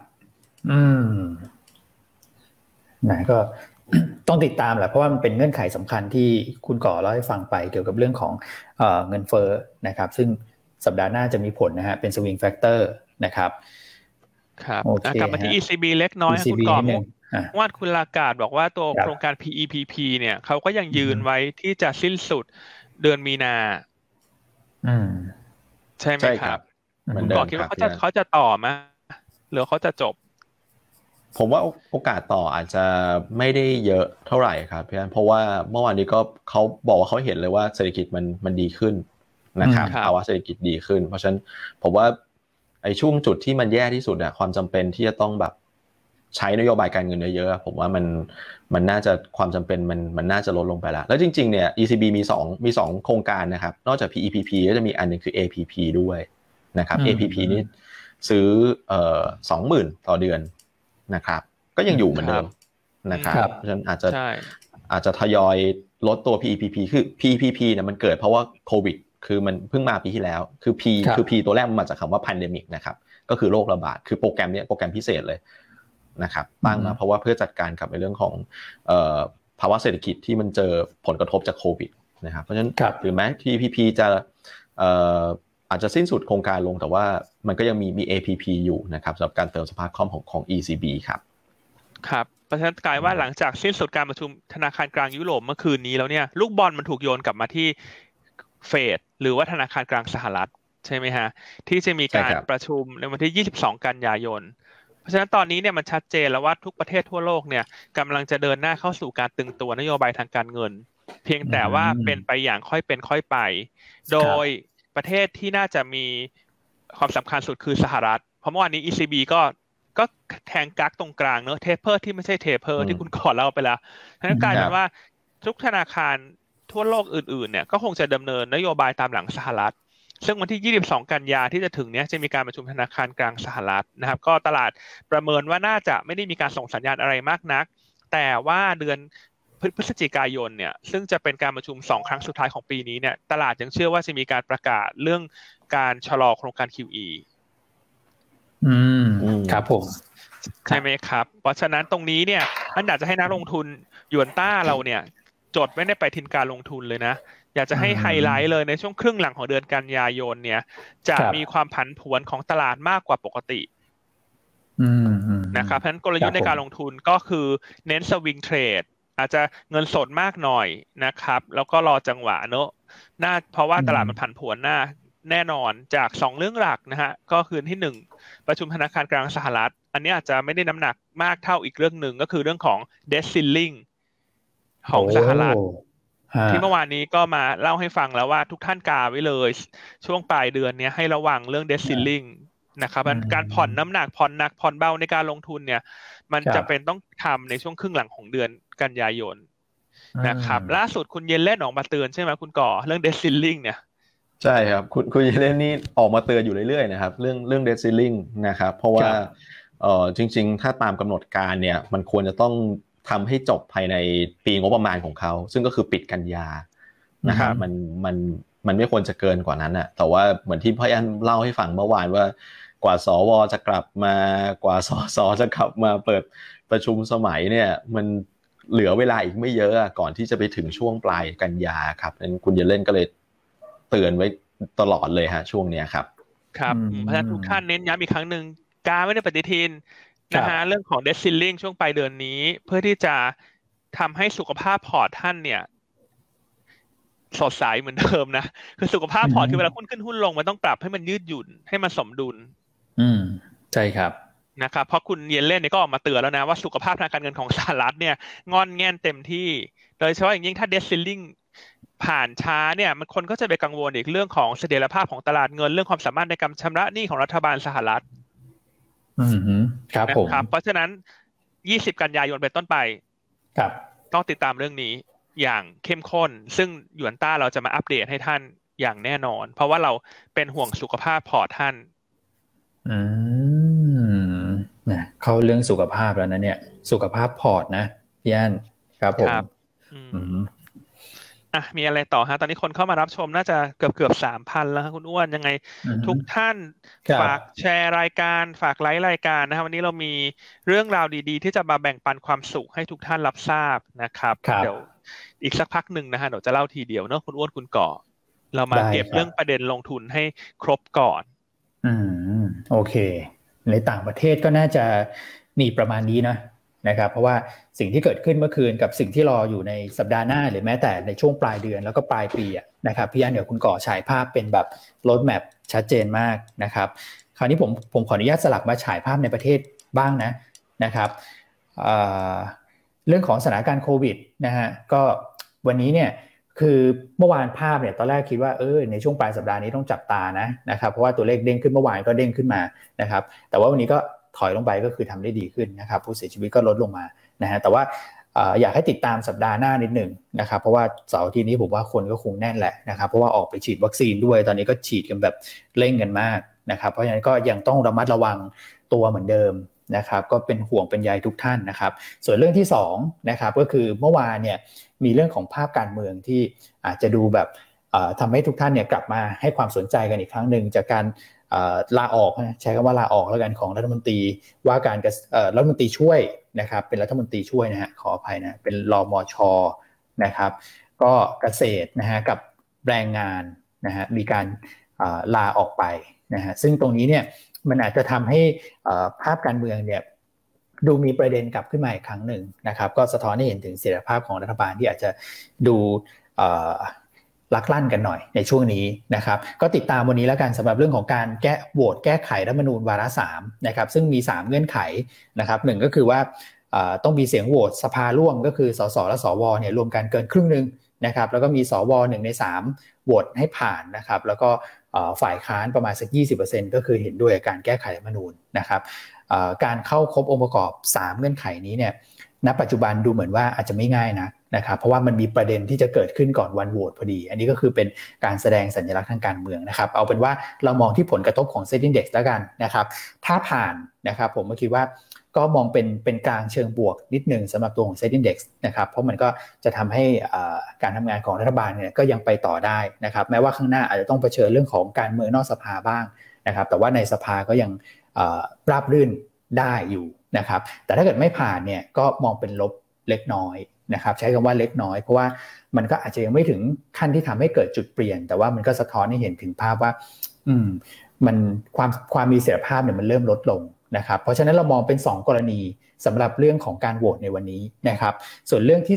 S1: นะก็ต้องติดตามแหละเพราะว่ามันเป็นเงื่อนไขสำคัญที่คุณก่อเล่าให้ฟังไปเกี่ยวกับเรื่องของเงินเฟ้อนะครับซึ่งสัปดาห์หน้าจะมีผลนะฮะเป็น swing factor นะครับ
S2: ครับกลับมาที่ ECB เล็กน้อยคุณก่อว่าคุณลากาศบอกว่าตัวโครงการ PEPP เนี่ยเขาก็ยังยืนไว้ที่จะสิ้นสุดเดือนมีนาใช่ไหมครับคุณก่อคิดว่าเขาจะต่อไหมหรือเขาจะจบ
S3: ผมว่าโอกาสต่ออาจจะไม่ได้เยอะเท่าไหร่ครับพี่อันเพราะว่าเมื่อวานนี้ก็เขาบอกว่าเขาเห็นเลยว่าเศรษฐกิจมันดีขึ้นนะครับภาวะเศรษฐกิจดีขึ้นเพราะฉะนั้นผมว่าไอ้ช่วงจุดที่มันแย่ที่สุดอะความจำเป็นที่จะต้องแบบใช้นโยบายการเงินเยอะๆผมว่ามันน่าจะความจำเป็นมันน่าจะลดลงไปแล้วจริงๆเนี่ย ECB มี2โครงการนะครับนอกจาก PEPP ก็จะมีอันนึงคือ APP ด้วยนะครับ APP นี่ซื้อ20,000ต่อเดือนนะครับก็ยังอยู่เหมือนเดิมนะครับเพราะฉะนั้นอาจจะทยอยลดตัว PEPP คือ PEPP เนี่ยมันเกิดเพราะว่าโควิดคือมันเพิ่งมาปีที่แล้วคือ P ตัวแรกมันมาจากคำว่า pandemic นะครับก็คือโรคระบาดคือโปรแกรมนี้โปรแกรมพิเศษเลยนะครับตั้งมาเพราะว่าเพื่อจัดการกับในเรื่องของภาวะเศรษฐกิจที่มันเจอผลกระทบจากโควิดนะครับเพราะฉะนั้นถึงแม้ PEPP จะอาจจะสิ้นสุดโครงการลงแต่ว่ามันก็ยังมี APP อยู่นะครับสำหรับการเติมสภาพคล่องของ ECB ครับ
S2: ครับเพราะฉะนั้นกลายว่าหลังจากสิ้นสุดการประชุมธนาคารกลางยุโรปเมื่อคืนนี้แล้วเนี่ยลูกบอลมันถูกโยนกลับมาที่เฟดหรือว่าธนาคารกลางสหรัฐใช่ไหมฮะที่จะมีการประชุมในวันที่22กันยายนเพราะฉะนั้นตอนนี้เนี่ยมันชัดเจนแล้วว่าทุกประเทศทั่วโลกเนี่ยกำลังจะเดินหน้าเข้าสู่การตึงตัวนโยบายทางการเงินเพียงแต่ว่าเป็นไปอย่างค่อยเป็นค่อยไปโดยประเทศที่น่าจะมีความสำคัญสุดคือสหรัฐเพราะเมื่อวานนี้ ECB ก็แทงกั๊กตรงกลางเนอะเทปเปอร์ที่ไม่ใช่เทปเปอร์ที่คุณก่อนเล่าไปแล้วฉะนั้นกลายเป็นว่าทุกธนาคารทั่วโลกอื่นๆเนี่ยก็คงจะดำเนินนโยบายตามหลังสหรัฐซึ่งวันที่22กันยาที่จะถึงเนี้ยจะมีการประชุมธนาคารกลางสหรัฐนะครับก็ตลาดประเมินว่าน่าจะไม่ได้มีการส่งสัญญาณอะไรมากนักแต่ว่าเดือนพฤศจิกายนเนี่ยซึ่งจะเป็นการประชุม2ครั้งสุดท้ายของปีนี้เนี่ยตลาดยังเชื่อว่าจะมีการประกาศเรื่องการชะลอโครงการ QE
S1: ครับผม
S2: ใช่ไหมครับเพราะฉะนั้นตรงนี้เนี่ยมันอยากจะให้นักลงทุนหยวนต้าเราเนี่ยจดไว้ในปฏิทินการลงทุนเลยนะอยากจะให้ไฮไลท์เลยในช่วงครึ่งหลังของเดือนกันยายนเนี่ยจะมีความผันผวนของตลาดมากกว่าปกตินะครับเพราะฉะนั้นกลยุทธ์ในการลงทุนก็คือเน้นสวิงเทรดอาจจะเงินสดมากหน่อยนะครับแล้วก็รอจังหวะเนอะเพราะว่าตลาดมันผันผวนแน่นอนจาก2เรื่องหลักนะฮะก็คือที่1ประชุมธนาคารกลางสหรัฐอันนี้อาจจะไม่ได้น้ำหนักมากเท่าอีกเรื่องหนึ่งก็คือเรื่องของ debt ceiling ของสหรัฐที่เมื่อวานนี้ก็มาเล่าให้ฟังแล้วว่าทุกท่านกาไว้เลยช่วงปลายเดือนนี้ให้ระวังเรื่อง debt ceiling นะครับการผ่อนน้ำหนักผ่อนหนักผ่อนเบาในการลงทุนเนี่ยมันจะเป็นต้องทำในช่วงครึ่งหลังของเดือนกันยายนนะครับล่าสุดคุณเยนเล่นออกมาเตือนใช่ไหมคุณก่อเรื่อง debt ceiling เนี่ย
S3: ใช่ครับคุณเยเลนนี่ออกมาเตือนอยู่เรื่อยๆนะครับเรื่อง debt ceiling นะครับเพราะว่าจริงๆถ้าตามกำหนดการเนี่ยมันควรจะต้องทำให้จบภายในปีงบประมาณของเขาซึ่งก็คือปิดกันยานะครับมันไม่ควรจะเกินกว่านั้นอ่ะแต่ว่าเหมือนที่พ่ออันเล่าให้ฟังเมื่อวานว่ากว่าสวจะกลับมากว่าสสจะกลับมาเปิดประชุมสมัยเนี่ยมันเหลือเวลาอีกไม่เยอะก่อนที่จะไปถึงช่วงปลายกันยาครับนั้นคุณเยเลนก็เลยเตือนไว้ตลอดเลยฮะช่วงเนี้ยครับ
S2: ครับเพราะฉะนั้นทุกท่านเน้นย้ำอีกครั้งหนึ่งกาไว้ในปฏิทินนะฮะเรื่องของ debt ceiling ช่วงปลายเดือนนี้เพื่อที่จะทำให้สุขภาพพอร์ตท่านเนี่ยสดใสเหมือนเดิมนะคือสุขภาพพอร์ตคือเวลาหุ้นขึ้นหุ้นลงมันต้องปรับให้มันยืดหยุ่นให้มันสมดุล
S1: ใช่ครับ
S2: นะครับเพราะคุณเยนเล่นเนี่ยก็ออกมาเตือนแล้วนะว่าสุขภาพทางการเงินของสหรัฐเนี่ยงอนแง่นเต็มที่โดยเฉพาะอย่างยิ่งถ้า debt ceilingผ่านช้าเนี่ยมันคนก็จะไปกังวลอีกเรื่องของเสถียรภาพของตลาดเงินเรื่องความสามารถในการชำระหนี้ของรัฐบาลสหรัฐ
S1: ครับผม
S2: เพราะฉะนั้น20กันยายนเป็นต้นไป
S1: ครับ
S2: ต้องติดตามเรื่องนี้อย่างเข้มข้นซึ่งหยวนต้าเราจะมาอัปเดตให้ท่านอย่างแน่นอนเพราะว่าเราเป็นห่วงสุขภาพพอร์ตท่าน
S1: อืมนะเข้าเรื่องสุขภาพแล้วนะเนี่ยสุขภาพพอร์ตนะพี่อั้นครับผม
S2: มีอะไรต่อฮะตอนนี้คนเข้ามารับชมน่าจะเกือบ 3,000 แล้วครับคุณอ้วนยังไงทุกท่านฝากแชร์รายการฝากไลค์รายการนะครับวันนี้เรามีเรื่องราวดีๆที่จะมาแบ่งปันความสุขให้ทุกท่านรับทราบนะครับเดี๋ยวอีกสักพักหนึ่งนะฮะเดี๋ยวจะเล่าทีเดียวเนอะคุณอ้วนคุณก่อเรามาเก็บเรื่องประเด็นลงทุนให้ครบก่อน
S1: โอเคในต่างประเทศก็น่าจะมีประมาณนี้นะครับเพราะว่าสิ่งที่เกิดขึ้นเมื่อคืนกับสิ่งที่รออยู่ในสัปดาห์หน้าหรือแม้แต่ในช่วงปลายเดือนแล้วก็ปลายปีนะครับพี่อันเดี๋ยวคุณก่อฉายภาพเป็นแบบโรดแมปชัดเจนมากนะครับคราวนี้ผมขออนุญาตสลับมาฉายภาพในประเทศบ้างนะครับเรื่องของสถานการณ์โควิดนะฮะก็วันนี้เนี่ยคือเมื่อวานภาพเนี่ยตอนแรกคิดว่าในช่วงปลายสัปดาห์นี้ต้องจับตานะครับเพราะว่าตัวเลขเด้งขึ้นเมื่อวานก็เด้งขึ้นมานะครับแต่ว่าวันนี้ก็ถอยลงไปก็คือทำได้ดีขึ้นนะครับผู้เสียชีวิตก็ลดลงมานะฮะแต่ว่าอยากให้ติดตามสัปดาห์หน้านิดหนึ่งนะครับเพราะว่าเสาร์อาทิตย์นี้ผมว่าคนก็คงแน่นแหละนะครับเพราะว่าออกไปฉีดวัคซีนด้วยตอนนี้ก็ฉีดกันแบบเร่งกันมากนะครับเพราะฉะนั้นก็ยังต้องระมัดระวังตัวเหมือนเดิมนะครับก็เป็นห่วงเป็นใยทุกท่านนะครับส่วนเรื่องที่2นะครับก็คือเมื่อวานเนี่ยมีเรื่องของภาพการเมืองที่อาจจะดูแบบทำให้ทุกท่านเนี่ยกลับมาให้ความสนใจกันอีกครั้งหนึ่งจากการลาออกใช้คำว่าลาออกแล้วกันของรัฐมนตรีว่าการรัฐมนตรีช่วยนะครับเป็นรัฐมนตรีช่วยนะฮะขออภัยนะเป็นรมช.นะครับก็เกษตรนะฮะกับแรงงานนะฮะมีการลาออกไปนะฮะซึ่งตรงนี้เนี่ยมันอาจจะทำให้ภาพการเมืองเนี่ยดูมีประเด็นกลับขึ้นมาอีกครั้งหนึ่งนะครับก็สะท้อนให้เห็นถึงเสถียรภาพของรัฐบาลที่อาจจะดูลักลั่นกันหน่อยในช่วงนี้นะครับก็ติดตามวันนี้แล้วกันสำหรับเรื่องของการโหวตแก้ไขรัฐธรรมนูญวาระ3นะครับซึ่งมี3เงื่อนไขนะครับ1ก็คือว่าต้องมีเสียงโหวตสภาร่วมก็คือสสและสวเนี่ยรวมกันเกินครึ่งนึงนะครับแล้วก็มีสว1ใน3โหวตให้ผ่านนะครับแล้วก็ฝ่ายค้านประมาณสัก 20% ก็คือเห็นด้วยกับการแก้ไขรัฐธรรมนูญนะครับการเข้าครบองค์ประกอบ3เงื่อนไขนี้เนี่ยณปัจจุบันดูเหมือนว่าอาจจะไม่ง่ายนะครับเพราะว่ามันมีประเด็นที่จะเกิดขึ้นก่อนวันโหวตพอดีอันนี้ก็คือเป็นการแสดงสัญลักษณ์ทางการเมืองนะครับเอาเป็นว่าเรามองที่ผลกระทบของ Set Index แล้วกันนะครับถ้าผ่านนะครับผมก็คิดว่าก็มองเป็นกลางเชิงบวกนิดนึงสำหรับตัวของ Set Index นะครับเพราะมันก็จะทำให้การทำงานของรัฐบาลเนี่ยก็ยังไปต่อได้นะครับแม้ว่าข้างหน้าอาจจะต้องเผชิญเรื่องของการเมืองนอกสภาบ้างนะครับแต่ว่าในสภาก็ยังราบรื่นได้อยู่นะครับแต่ถ้าเกิดไม่ผ่านเนี่ยก็มองเป็นลบเล็กน้อยนะครับใช้คำว่าเล็กน้อยเพราะว่ามันก็อาจจะยังไม่ถึงขั้นที่ทำให้เกิดจุดเปลี่ยนแต่ว่ามันก็สะท้อนให้เห็นถึงภาพว่ามันความมีเสถียรภาพเนี่ยมันเริ่มลดลงนะครับเพราะฉะนั้นเรามองเป็น2กรณีสำหรับเรื่องของการโหวตในวันนี้นะครับส่วนเรื่องที่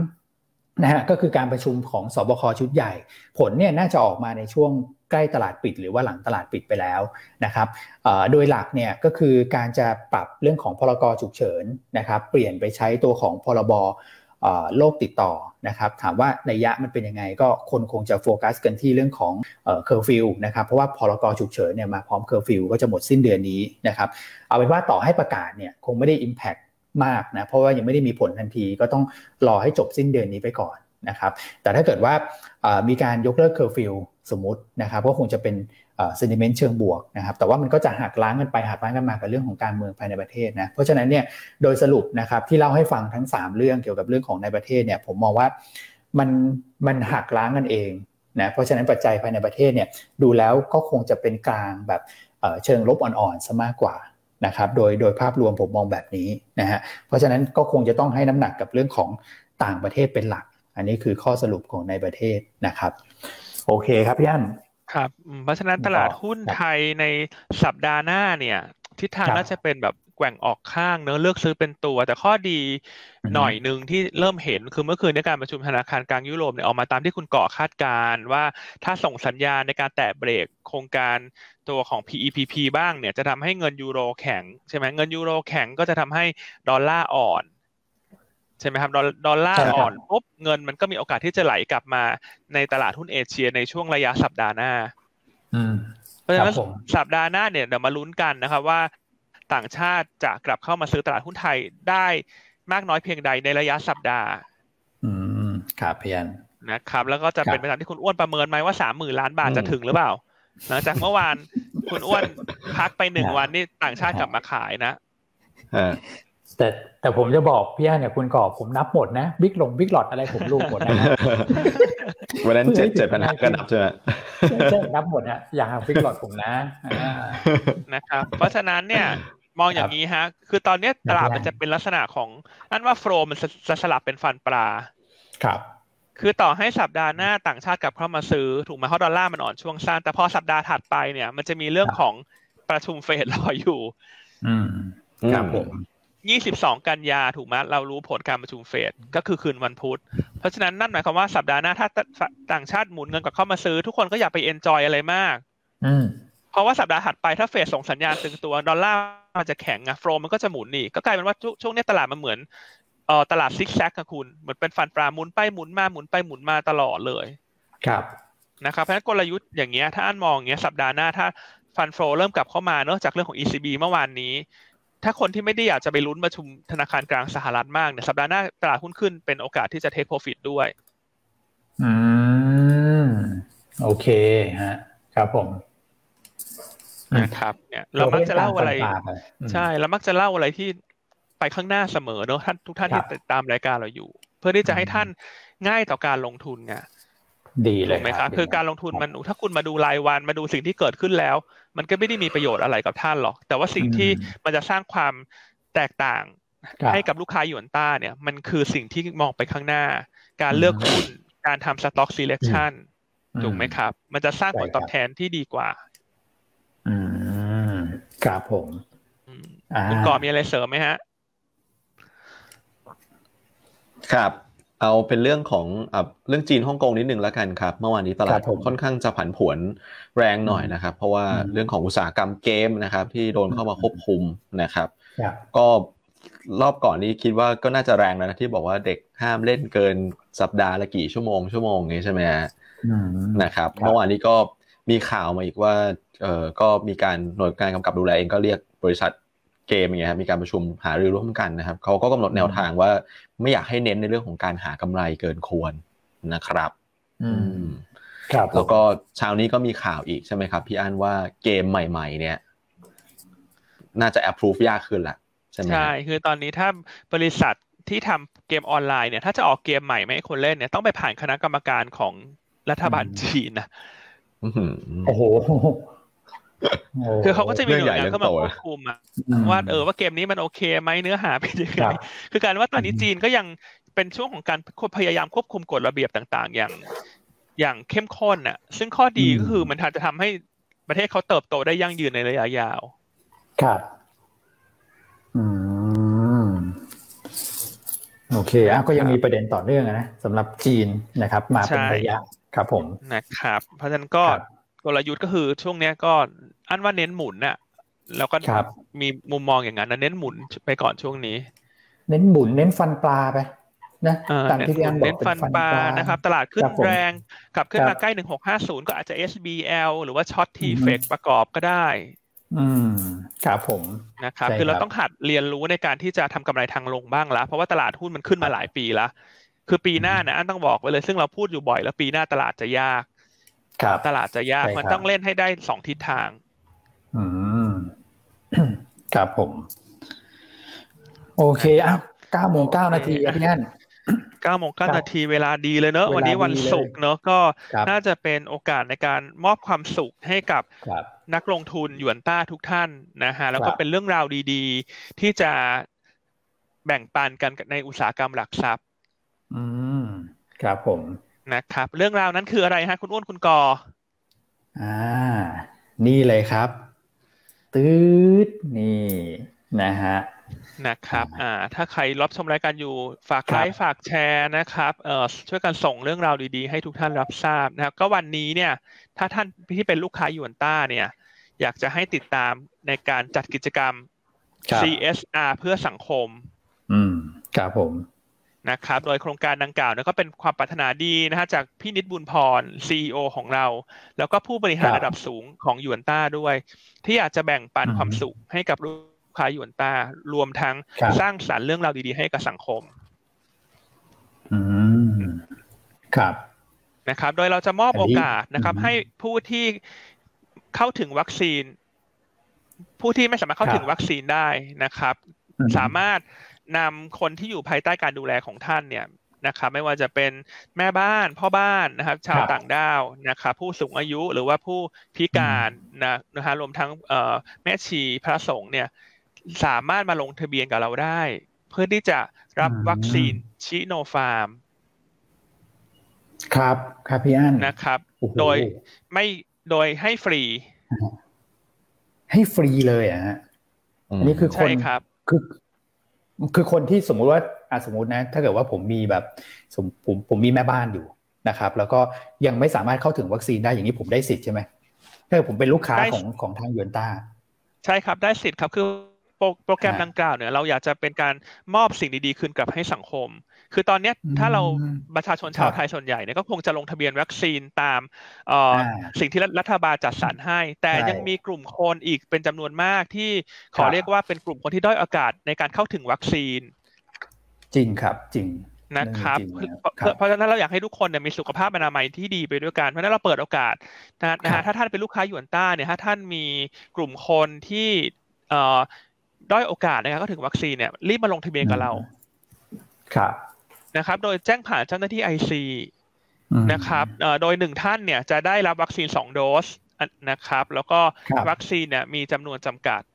S1: 3นะฮะก็คือการประชุมของสบคชุดใหญ่ผลเนี่ยน่าจะออกมาในช่วงใกล้ตลาดปิดหรือว่าหลังตลาดปิดไปแล้วนะครับโดยหลักเนี่ยก็คือการจะปรับเรื่องของพรกฉุกเฉินนะครับเปลี่ยนไปใช้ตัวของพรบโรคติดต่อนะครับถามว่านัยยะมันเป็นยังไงก็คนคงจะโฟกัสกันที่เรื่องของเคอร์ฟิวนะครับเพราะว่าพรกฉุกเฉินเนี่ยมาพร้อมเคอร์ฟิวก็จะหมดสิ้นเดือนนี้นะครับเอาเป็นว่าต่อให้ประกาศเนี่ยคงไม่ได้ impact มากนะเพราะว่ายังไม่ได้มีผลทันทีก็ต้องรอให้จบสิ้นเดือนนี้ไปก่อนนะครับแต่ถ้าเกิดว่ามีการยกเลิกเคอร์ฟิวสมมุตินะครับก็คงจะเป็นsentiment เชิงบวกนะครับแต่ว่ามันก็จะหักล้างกันไปหักล้างกันมากับเรื่องของการเมืองภายในประเทศนะเพราะฉะนั้นเนี่ยโดยสรุปนะครับที่เล่าให้ฟังทั้ง3เรื่องเกี่ยวกับเรื่องของในประเทศเนี่ยผมมองว่ามันหักล้างกันเองนะเพราะฉะนั้นปัจจัยภายในประเทศเนี่ยดูแล้วก็คงจะเป็นกลางแบบเชิงลบอ่อนๆซะมากกว่านะครับโดยภาพรวมผมมองแบบนี้นะฮะเพราะฉะนั้นก็คงจะต้องให้น้ำหนักกับเรื่องของต่างประเทศเป็นหลักอันนี้คือข้อสรุปของในประเทศนะครับโอเคครับพี่อั้น
S2: ครับเพราะฉะนั้นตลาดหุ้นไทยในสัปดาห์หน้าเนี่ยทิศทางน่าจะเป็นแบบแกว่งออกข้างเลือกซื้อเป็นตัวแต่ข้อดีหน่อยนึงที่เริ่มเห็นคือเมื่อคืนในการประชุมธนาคารกลางยุโรปเนี่ยออกมาตามที่คุณก่อคาดการณ์ว่าถ้าส่งสัญญาณในการแตะเบรกโครงการตัวของ PEPP บ้างเนี่ยจะทำให้เงินยูโรแข็งใช่ไหมเงินยูโรแข็งก็จะทำให้ดอลลาร์อ่อนใช่ไหมครับดอลลาร์อ่อนปุ๊บเงินมันก็มีโอกาสที่จะไหลกลับมาในตลาดหุ้นเอเชียในช่วงระยะสัปดาห์หน้าเพราะฉะนั้นสัปดาห์หน้าเนี่ยเดี๋ยวมาลุ้นกันนะครับว่าต่างชาติจะกลับเข้ามาซื้อตลาดหุ้นไทยได้มากน้อยเพียงใดในระยะสัปดาห์
S1: ครับพี่อัน
S2: นะครับแล้วก็จะเป็นไปตามที่คุณอ้วนประเมินไหมว่า 30,000 ล้านบาทจะถึงหรือเปล่าหลังจากเมื่อวานคุณอ้วนพักไป1 วันนี่ต่างชาติกลับมาขายนะ
S1: แต่ผมจะบอกพี่อันเนี่ยคุณก่อผมนับหมดนะบิ๊กหลอดอะไรผมรู้หมดนะ
S3: วันนั้น7,500ก็นับใช่ไหม
S1: ใช่นับหมดนะอย่างบิ๊กหลอดผมนะ
S2: นะครับเพราะฉะนั้นเนี่ยมองอย่างนี้ฮะคือตอนนี้ตลาดมันจะเป็นลักษณะของอันว่าโฟลว์มันจะสลับเป็นฟันปลา
S1: ครับ
S2: คือต่อให้สัปดาห์หน้าต่างชาติกลับเข้ามาซื้อถูกไหมเพราะดอลลาร์มันอ่อนช่วงสั้นแต่พอสัปดาห์ถัดไปเนี่ยมันจะมีเรื่องของประชุมเฟดรออยู่
S1: ครับผม
S2: 22 กันยาถูกไหมเรารู้ผลการประชุมเฟดก็คือคืนวันพุธเพราะฉะนั้นนั่นหมายความว่าสัปดาห์หน้าถ้าต่างชาติหมุนเงินกลับเข้ามาซื้อทุกคนก็อย่าไปเอนจอยอะไรมากเพราะว่าสัปดาห์ถัดไปถ้าเฟดส่งสัญญาณตึงตัวดอลลาร์มันจะแข็งโฟลว์มันก็จะหมุนนี่ก็กลายเป็นว่าช่วงนี้ตลาดมันเหมือนตลาดซิกแซกค่ะคุณเหมือนเป็นฟันปลาหมุนไปหมุนมาหมุนไปหมุนมาตลอดเลย
S1: ครับ
S2: นะครับเพราะฉะนั้นกลยุทธ์อย่างเงี้ยถ้าอันมองอย่างเงี้ยสัปดาห์หน้าถ้าฟันโฟลว์เริ่มกลับเข้ามาเนอะจากเรื่องของ ECB เมื่อวานนี้ถ้าคนที่ไม่ได้อยากจะไปลุ้นประชุมธนาคารกลางสหรัฐมากเนี่ยสัปดาห์หน้าตลาดหุ้นขึ้นเป็นโอกาสที่จะ take profit ด้วย
S1: โอเคฮะครับผม
S2: นะครับเนี่ยเรามักจะเล่าอะไรใช่เรามักจะเล่าอะไรที่ไปข้างหน้าเสมอเนอะท่านทุกท่านที่ติดตามรายการเราอยู่เพื่อที่จะให้ท่านง่ายต่อการลงทุนไง
S1: ดีเลย
S2: ไหมครับคือการลงทุนมันถ้าคุณมาดูรายวันมาดูสิ่งที่เกิดขึ้นแล้วมันก็ไม่ได้มีประโยชน์อะไรกับท่านหรอกแต่ว่าสิ่งที่มันจะสร้างความแตกต่างให้กับลูกค้าหยวนต้าเนี่ยมันคือสิ่งที่มองไปข้างหน้าการเลือกหุ้นการทำ stock selection ถูกไหมครับมันจะสร้างผลตอบแทนที่ดีกว่า
S1: ครับผม
S2: คุณก่อมีอะไรเสริมไหมฮะ
S3: ครับเอาเป็นเรื่องของเรื่องจีนฮ่องกงนิดนึงแล้วกันครับเมื่อวานนี้ตลาดค่อนข้างจะผันผวนแรงหน่อยนะครับเพราะว่าเรื่องของอุตสาหกรรมเกมนะครับที่โดนเข้ามาควบคุมนะครับก็รอบก่อนนี้คิดว่าก็น่าจะแรงนะที่บอกว่าเด็กห้ามเล่นเกินสัปดาห์ละกี่ชั่วโมงอย่างนี้ใช่ไหมฮะนะครับเมื่อวานนี้ก็มีข่าวมาอีกว่าก็มีการหน่วยงานกำกับดูแลเองก็เรียกบริษัทเกมอย่างเงี้ยมีการประชุมหารือร่วมกันนะครับเขาก็กำหนดแนวทางว่าไม่อยากให้เน้นในเรื่องของการหากำไรเกินควรนะครับ
S1: ครับ
S3: แล้วก็เช้านี้ก็มีข่าวอีกใช่ไหมครับพี่อั้นว่าเกมใหม่ๆเนี่ยน่าจะ approve ยากขึ้นละใช่ไหม
S2: ใช่คือตอนนี้ถ้าบริษัทที่ทำเกมออนไลน์เนี่ยถ้าจะออกเกมใหม่ไม่ให้คนเล่นเนี่ยต้องไปผ่านคณะกรรมการของรัฐบาลจีนนะ
S1: โอ้โห
S2: คือเขาก็จะมีหน่วยงานเข้ามาควบคุมว่าว่าเกมนี้มันโอเคไหมเนื้อหาเป็นยังไงคือการว่าตอนนี้จีนก็ยังเป็นช่วงของการพยายามควบคุมกฎระเบียบต่างๆอย่างเข้มข้นน่ะซึ่งข้อดีก็คือมันจะทำให้ประเทศเขาเติบโตได้ยั่งยืนในระยะยาว
S1: ครับโอเคก็ยังมีประเด็นต่อเนื่องนะสำหรับจีนนะครับมาเป็นระยะครับผม
S2: นะครับเพราะฉะนั้นก็กลยุทธ์ก็คือช่วงนี้ก็อันว่าเน้นหมุนน่ะแล้วก็มีมุมมองอย่างนั้นนะเน้นหมุนไปก่อนช่วงนี้
S1: เน้นหมุนเน้นฟันปลาไปนะตามที่พี่อันบอก
S2: เน้นฟันปลานะครับตลาดขึ้นแรงกลับขึ้นมาใกล้1650ก็อาจจะ SBL หรือว่าช็อตทีเฟกประกอบก็ได้
S1: ครับผม
S2: นะครับคือเราต้องหัดเรียนรู้ในการที่จะทำกำไรทางลงบ้างแล้วเพราะว่าตลาดหุ้นมันขึ้นมาหลายปีแล้วคือปีหน้านะอันต้องบอกไว้เลยซึ่งเราพูดอยู่บ่อยแล้วปีหน้าตลาดจะยากตลาดจะยากมันต้องเล่นให้ได้2ทิศทาง
S1: ครับผมโอเค9:09 นาทีพี่อั้น
S2: 9:09 นาทีเวลาดีเลยเนอะวันนี้วันศุกร์เนอะก็น่าจะเป็นโอกาสในการมอบความสุขให้กับนักลงทุนหยวนต้าทุกท่านนะฮะแล้วก็เป็นเรื่องราวดีๆที่จะแบ่งปันกันในอุตสาหกรรมหลักทรัพย์
S1: ครับผม
S2: นะครับเรื่องราวนั้นคืออะไรฮะคุณอ้วนคุณกอ
S1: นี่เลยครับตืดนี่
S2: นะครับถ้าใครรับชมรายการอยู่ฝากไลค์ฝากแชร์นะครับช่วยกันส่งเรื่องราวดีๆให้ทุกท่านรับทราบนะครับก็วันนี้เนี่ยถ้าท่านที่เป็นลูกค้าหยวนต้าเนี่ยอยากจะให้ติดตามในการจัดกิจกรรม CSR เพื่อสังคม
S1: ครับผม
S2: นะครับโดยโครงการดังกล่าวก็เป็นความปรารถนาดีนะฮะจากพี่นิดบุญพร CEO ของเราแล้วก็ผู้บริหารระดับสูงของหยวนต้าด้วยที่อยากจะแบ่งปันความสุขให้กับลูกค้าหยวนต้ารวมทั้งสร้างสรรค์เรื่องราวดีๆให้กับสังคม
S1: อืมครับ
S2: นะครับโดยเราจะมอบโอกาสนะครับให้ผู้ที่เข้าถึงวัคซีนผู้ที่ไม่สามารถเข้าถึงวัคซีนได้นะครับสามารถนำคนที่อยู่ภายใต้การดูแลของท่านเนี่ยนะครับไม่ว่าจะเป็นแม่บ้านพ่อบ้านนะครับชาวต่างด้าวนะครับผู้สูงอายุหรือว่าผู้พิการนะฮะรวมทั้งแม่ชีพระสงฆ์เนี่ยสามารถมาลงทะเบียนกับเราได้เพื่อที่จะรับวัคซีนชิโนฟาร์ม
S1: ครับครับพี่อั้น
S2: นะครับโดยให้ฟรี
S1: เลยอ่ะฮะอันนี้คือคนคือคนที่สมมุติว่าสมมุตินะถ้าเกิดว่าผมมีแบบผมมีแม่บ้านอยู่นะครับแล้วก็ยังไม่สามารถเข้าถึงวัคซีนได้อย่างนี้ผมได้สิทธิ์ใช่ไหมถ้าผมเป็นลูกค้าของทางยูนต้า
S2: ใช่ครับได้สิทธิ์ครับคือโปรแกรมดังกล่าวเนี่ยเราอยากจะเป็นการมอบสิ่งดีๆคืนกลับให้สังคมคือตอนนี้ถ้าเราประชาชนชาวไทยส่วนใหญ่เนี่ยก็คงจะลงทะเบียนวัคซีนตามสิ่งที่รัฐบาลจัดสรรให้แต่ยังมีกลุ่มคนอีกเป็นจำนวนมากที่ขอเรียกว่าเป็นกลุ่มคนที่ด้อยโอกาสในการเข้าถึงวัคซีน
S1: จริงครับจริง
S2: นะครับเพราะฉะนั้นเราอยากให้ทุกคนเนี่ยมีสุขภาพอนามัยที่ดีไปด้วยกันเพราะฉะนั้นเราเปิดโอกาสนะฮะถ้าท่านเป็นลูกค้ายูนต้าเนี่ยถ้าท่านมีกลุ่มคนที่ด้อยโอกาสนะครับก็ถึงวัคซีนเนี่ยรีบมาลงทะเบียนกับเรา
S1: ครับ
S2: นะครับโดยแจ้งผ่านเจ้าหน้าที่ IC นะครับโดย1ท่านเนี่ยจะได้รับวัคซีน2โดสนะครับแล้วก็วัคซีนเนี่ยมีจำนวนจำกัด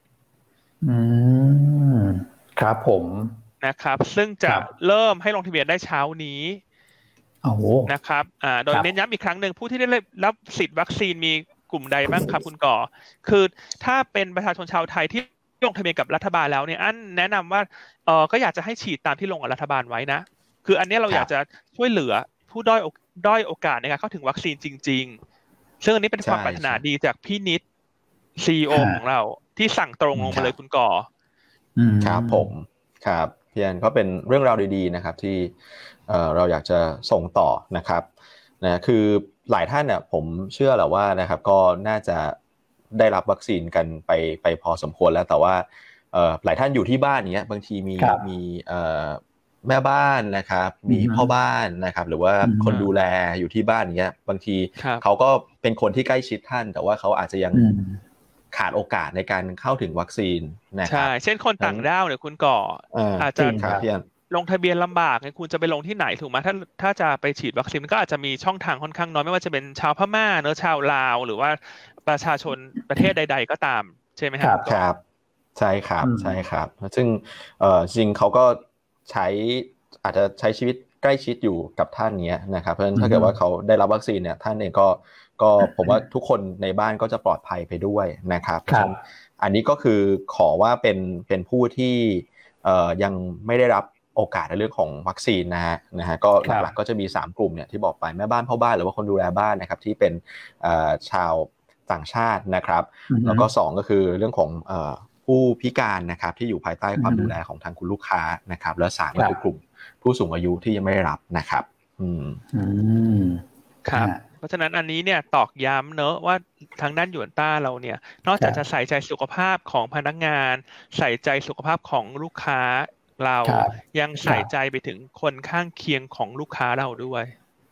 S1: ครับผม
S2: นะครับซึ่งจะเริ่มให้ลงทะเบียนได้เช้านี้นะครับโดยเน้นย้ำอีกครั้งหนึ่งผู้ที่ได้รับสิทธิ์วัคซีนมีกลุ่มใดบ้างครับคุณก่อคือถ้าเป็นประชาชนชาวไทยที่ลงทะเบียนกับรัฐบาลแล้วเนี่ยอันแนะนำว่าก็อยากจะให้ฉีดตามที่ลงกับรัฐบาลไว้นะคืออันนี้เราอยากจะช่วยเหลือผู้ด้อยโอกาสในการเข้าถึงวัคซีนจริงๆซึ่งอันนี้เป็นความปรารถนาดีจากพี่นิด CEO ของเราที่สั่งตรงลงมาเลยคุณก่อ
S3: ครับผมครับพี่อันก็เป็นเรื่องราวดีๆนะครับที่เราอยากจะส่งต่อนะครับนะคือหลายท่านเนี่ยผมเชื่อแหละว่านะครับก็น่าจะได้รับวัคซีนกันไปพอสมควรแล้วแต่ว่าหลายท่านอยู่ที่บ้านอย่างเงี้ยบางทีมีแม่บ้านนะครับมีพ่อบ้านนะครับหรือว่าคนดูแลอยู่ที่บ้านอย่างเงี้ยบางทีเขาก็เป็นคนที่ใกล้ชิดท่านแต่ว่าเขาอาจจะยังขาดโอกาสในการเข้าถึงวัคซีนนะครับ
S2: ใช่เช่นคนต่างด้าวเนี่ยคุณก่ออาจจะลงทะเบียนลำบากไงคุณจะไปลงที่ไหนถูกไหมถ้าจะไปฉีดวัคซีนก็อาจจะมีช่องทางค่อนข้างน้อยไม่ว่าจะเป็นชาวพม่าเนอะชาวลาวหรือว่าประชาชนประเทศใดๆก็ตามใช่ไหม
S3: ครับใช่ครับใช่ครับซึ่งจริงเขาก็อาจจะใช้ชีวิตใกล้ชิดอยู่กับท่านเนี้ยนะครับเพราะฉะนั้นถ้าเกิดว่าเขาได้รับวัคซีนเนี่ยท่านเองก็ผมว่าทุกคนในบ้านก็จะปลอดภัยไปด้วยนะครับอันนี้ก็คือขอว่าเป็นผู้ที่ยังไม่ได้รับโอกาสในเรื่องของวัคซีนนะฮะก็หลักๆก็จะมี3กลุ่มเนี่ยที่บอกไปแม่บ้านพ่อบ้านหรือว่าคนดูแลบ้านนะครับที่เป็นชาวต่างชาตินะครับแล้วก็2ก็คือเรื่องของผู้พิการนะครับที่อยู่ภายใต้ความดูแลของทางคุณลูกค้านะครับแล้ว3ก็คือกลุ่มผู้สูงอายุที่ยังไม่ได้รับนะครับ
S2: ครับเพราะฉะนั้นอันนี้เนี่ยตอกย้ำเนอะว่าทางด้านยูนต้าเราเนี่ยนอกจากจะใส่ใจสุขภาพของพนักงานใส่ใจสุขภาพของลูกค้าเรายังใส่ใจไปถึงคนข้างเคียงของลูกค้าเราด้วย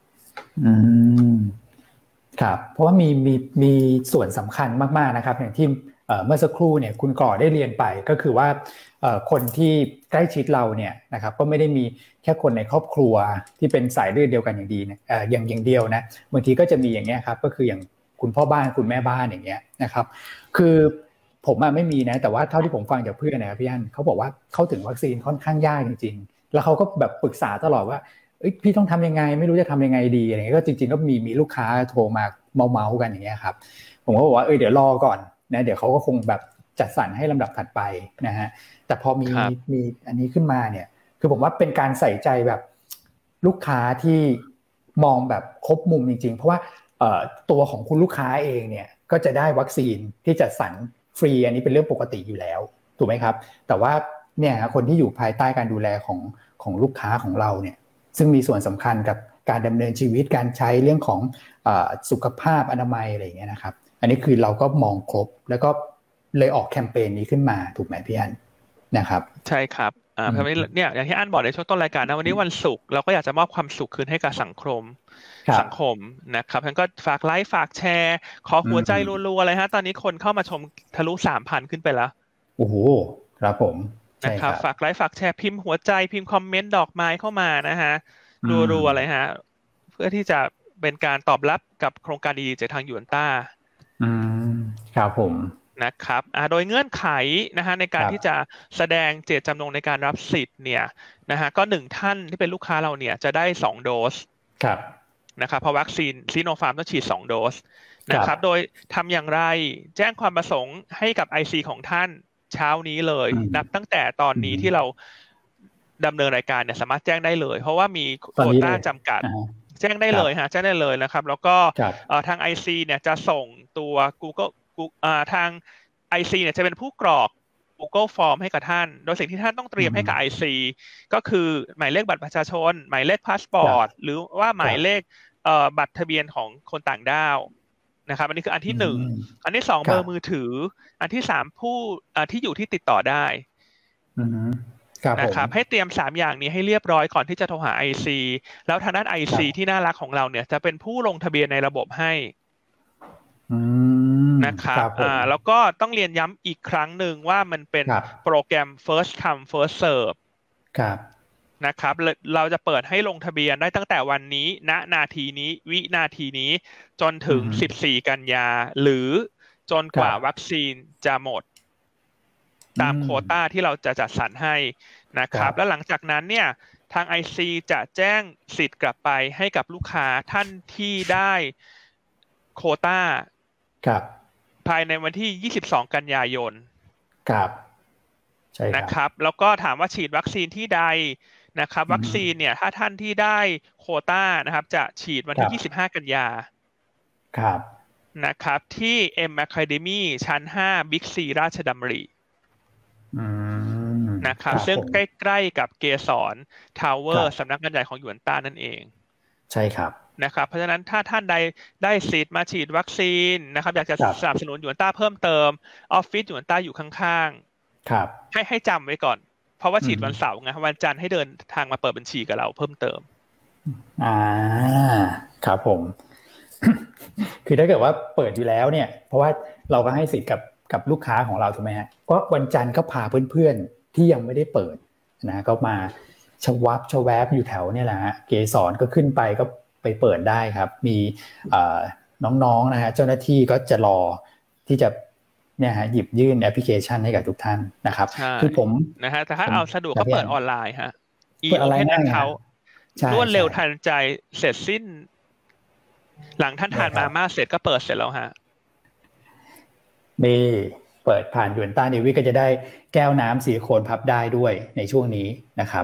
S1: ครับเพราะว่ามีส่วนสำคัญมากๆนะครับอย่างที่เมื่อสักครู่เนี่ยคุณก่อได้เรียนไปก็คือว่าคนที่ใกล้ชิดเราเนี่ยนะครับก็ไม่ได้มีแค่คนในครอบครัวที่เป็นสายเลือดเดียวกันอย่างดีนะอย่างเดียวนะบางทีก็จะมีอย่างเงี้ยครับก็คืออย่างคุณพ่อบ้านคุณแม่บ้านอย่างเงี้ยนะครับคือผมไม่มีนะแต่ว่าเท่าที่ผมฟังจากเพื่อนนะครับพี่อั้นเขาบอกว่าเข้าถึงวัคซีนค่อนข้างยากจริงๆแล้วเขาก็แบบปรึกษาตลอดว่าพี่ต้องทำยังไงไม่รู้จะทำยังไงดีอะไรเงี้ยก็จริงๆก็มีลูกค้าโทรมาเมากันอย่างเงี้ยครับผมก็บอกว่าเดี๋ยวรอก่อนนะเดี๋ยวเขาก็คงแบบจัดสรรให้ลำดับถัดไปนะฮะแต่พอมีอันนี้ขึ้นมาเนี่ยคือผมว่าเป็นการใส่ใจแบบลูกค้าที่มองแบบครบมุมจริงๆเพราะว่าตัวของคุณลูกค้าเองเนี่ยก็จะได้วัคซีนที่จัดสรรฟรีอันนี้เป็นเรื่องปกติอยู่แล้วถูกไหมครับแต่ว่าเนี่ยคนที่อยู่ภายใต้การดูแลของลูกค้าของเราเนี่ยซึ่งมีส่วนสำคัญกับการดำเนินชีวิตการใช้เรื่องของสุขภาพอนามัยอะไรอย่างเงี้ยนะครับอันนี้คือเราก็มองครบแล้วก็เลยออกแคมเปญนี้ขึ้นมาถูกไหมพี่อันนะครับ
S2: ใช่ครับเพราะเนี่ยอย่างที่อันบอกในช่วงต้นรายการนะวันนี้วันศุกร์เราก็อยากจะมอบความสุขคืนให้กับสังคมนะครับงั้นก็ฝากไลค์ฝากแชร์ขอหัวใจรัวๆเลยฮะตอนนี้คนเข้ามาชมทะลุ 3,000 ขึ้นไปแล้ว
S1: โอ้โหครับผม
S2: นะครับฝากไลค์ฝากแชร์พิมพ์หัวใจพิมพ์คอมเมนต์ดอกไม้เข้ามานะฮะรัวๆเลยฮะเพื่อที่จะเป็นการตอบรับกับโครงการดีๆจากทางยูนต้า
S1: ครับผม
S2: นะครับโดยเงื่อนไขนะฮะในการที่จะแสดงเจตจำนงในการรับสิทธิ์เนี่ยนะฮะก็1ท่านที่เป็นลูกค้าเราเนี่ยจะได้2โดสนะครับเพราะวัคซีนซิโนฟาร์มต้องฉีด2โดสนะครับโดยทำอย่างไรแจ้งความประสงค์ให้กับ IC ของท่านเช้านี้เลยนับตั้งแต่ตอนนี้ที่เราดำเนินรายการเนี่ยสามารถแจ้งได้เลยเพราะว่ามีโควต้าจำกัดแจ้งได้เลยฮะแจ้งได้เลยนะครับแล้วก็ทาง IC เนี่ยจะส่งตัว Google ทาง IC เนี่ยจะเป็นผู้กรอก Google Form ให้กับท่านโดยสิ่งที่ท่านต้องเตรียมให้กับ IC ก็คือหมายเลขบัตรประชาชนหมายเลขพาสปอร์ตหรือว่าหมายเลขบัตรทะเบียนของคนต่างด้าวนะครับอันนี้คืออันที่1อันที่2เบอร์มือถืออันที่3ผู้ที่อยู่ที่ติดต่อได้นะครับให้เตรียม3อย่างนี้ให้เรียบร้อยก่อนที่จะโทรหา IC แล้วทางด้าน IC ที่น่ารักของเราเนี่ยจะเป็นผู้ลงทะเบียนในระบบให้นะครับแล้วก็ต้องเรียนย้ำอีกครั้งหนึ่งว่ามันเป็นโปรแกรม first come first serve นะครับเราจะเปิดให้ลงทะเบียนได้ตั้งแต่วันนี้ณนาทีนี้วินาทีนี้จนถึง14กันยาหรือจนกว่าวัคซีนจะหมดตามโควต้าที่เราจะจัดสรรให้นะครับแล้วหลังจากนั้นเนี่ยทาง IC จะแจ้งสิทธิ์กลับไปให้กับลูกค้าท่านที่ได้โควต้าภายในวันที่22กันยายนนะครับแล้วก็ถามว่าฉีดวัคซีนที่ใดนะครับวัคซีนเนี่ยถ้าท่านที่ได้โควต้านะครับจะฉีดวันที่25กันยานะครับที่ M Academy ชั้น5 Big C ราชดำรินะครับซึ่งใกล้ๆกับเกสรทาวเวอร์สำนักงานใหญ่ของหยวนต้านั่นเอง
S1: ใช่ครับ
S2: นะครับเพราะฉะนั้นถ้าท่านใดได้สิทธิ์มาฉีดวัคซีนนะครับอยากจะสนับสนุนหยวนต้าเพิ่มเติมออฟฟิศหยวนต้าอยู่ข้างๆให้จำไว้ก่อนเพราะว่าฉีดวันเสาร์ไงวันจันทร์ให้เดินทางมาเปิดบัญชีกับเราเพิ่มเติม
S1: ครับผม คือถ้าเกิดว่าเปิดอยู่แล้วเนี่ยเพราะว่าเราก็ให้สิทธิ์กับลูกค้าของเราถูกไหมฮะก็วันจันทร์ก็พาเพื่อนๆที่ยังไม่ได้เปิดนะก็มาชแวบอยู่แถวเนี่ยแหละฮะเกสรก็ขึ้นไปก็ไปเปิดได้ครับมีน้องๆนะฮะเจ้าหน้าที่ก็จะรอที่จะเนี่ยฮะหยิบยื่นแอปพลิเคชันให้กับทุกท่านนะครับ
S2: คือผมนะฮะแต่ถ้าเอาสะดวกก็เปิดออนไลน์ฮะ e-open account รวดเร็วทันใจเสร็จสิ้นหลังท่านทานมาม่าเสร็จก็เปิดเสร็จแล้วฮะ
S1: นี่เปิดผ่านหยวนต้านิวิก็จะได้แก้วน้ำซิลิโคนพับได้ด้วยในช่วงนี้นะครับ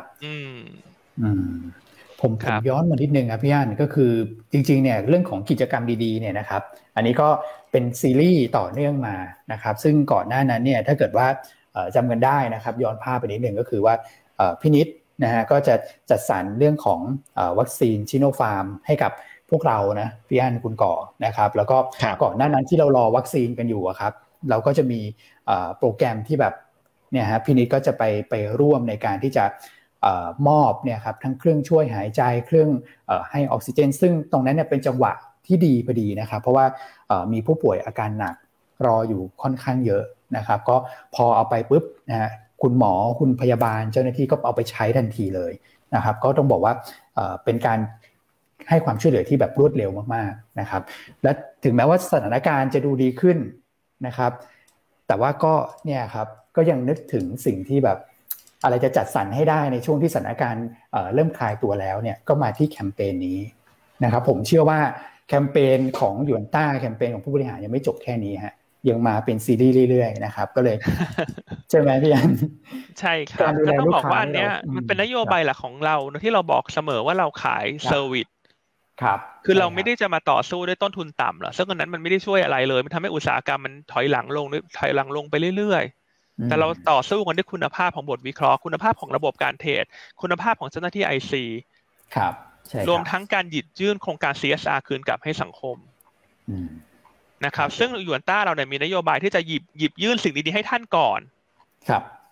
S1: ผมย้อนมานิดนึงครับพี่อั้นก็คือจริงๆเนี่ยเรื่องของกิจกรรมดีๆเนี่ยนะครับอันนี้ก็เป็นซีรีส์ต่อเนื่องมานะครับซึ่งก่อนหน้านั้นเนี่ยถ้าเกิดว่าจำกันได้นะครับย้อนภาพไปนิดนึงก็คือว่าพี่นิดนะฮะก็จะจัดสรรเรื่องของวัคซีนชิโนฟาร์มให้กับพวกเรานะพี่อั้นคุณก่อนะครับแล้วก็ก่อนหน้านั้นที่เรารอวัคซีนกันอยู่ครับเราก็จะมีโปรแกรมที่แบบเนี่ยฮะพี่นิดก็จะไปร่วมในการที่จะมอบเนี่ยครับทั้งเครื่องช่วยหายใจเครื่องให้ออกซิเจนซึ่งตรงนั้นเนี่ยเป็นจังหวะที่ดีพอดีนะครับเพราะว่ามีผู้ป่วยอาการหนักรออยู่ค่อนข้างเยอะนะครับก็พอเอาไปปุ๊บนะฮะคุณหมอคุณพยาบาลเจ้าหน้าที่ก็เอาไปใช้ทันทีเลยนะครับก็ต้องบอกว่าเป็นการให้ความช่วยเหลือที่แบบรวดเร็วมากๆนะครับและถึงแม้ว่าสถานการณ์จะดูดีขึ้นนะครับแต่ว่าก็เนี่ยครับก็ยังนึกถึงสิ่งที่แบบอะไรจะจัดสรรให้ได้ในช่วงที่สถานการณ์เริ่มคลายตัวแล้วเนี่ยก็มาที่แคมเปญนี้นะครับผมเชื่อว่าแคมเปญของหยวนต้าแคมเปญของผู้บริหารยังไม่จบแค่นี้ฮะยังมาเป็นซีรีส์เรื่อยๆนะครับก็เลยใช่ไหมพี่อัน
S2: ใช่ครับก็ต้องบอกว่าอันเนี้ยมันเป็นนโยบายหลักของเราที่เราบอกเสมอว่าเราขายเซอร์วิสคือเราไม่ได้จะมาต่อสู้ด้วยต้นทุนต่ำหรอกซึ่งอันนั้นมันไม่ได้ช่วยอะไรเลยมันทำให้อุตสาหกรรมมันถอยหลังลงไปเรื่อยๆแต่เราต่อสู้กันด้วยคุณภาพของบทวิเคราะห์คุณภาพของระบบการเทรดคุณภาพของเจ้าหน้าที่ IC
S1: ครับ
S2: รวมทั้งการหยิบยื่นโครงการ CSR คืนกลับให้สังคมนะครับซึ่งหยวนต้าเราเนี่ยมีนโยบายที่จะหยิบยื่นสิ่งดีๆให้ท่านก่อน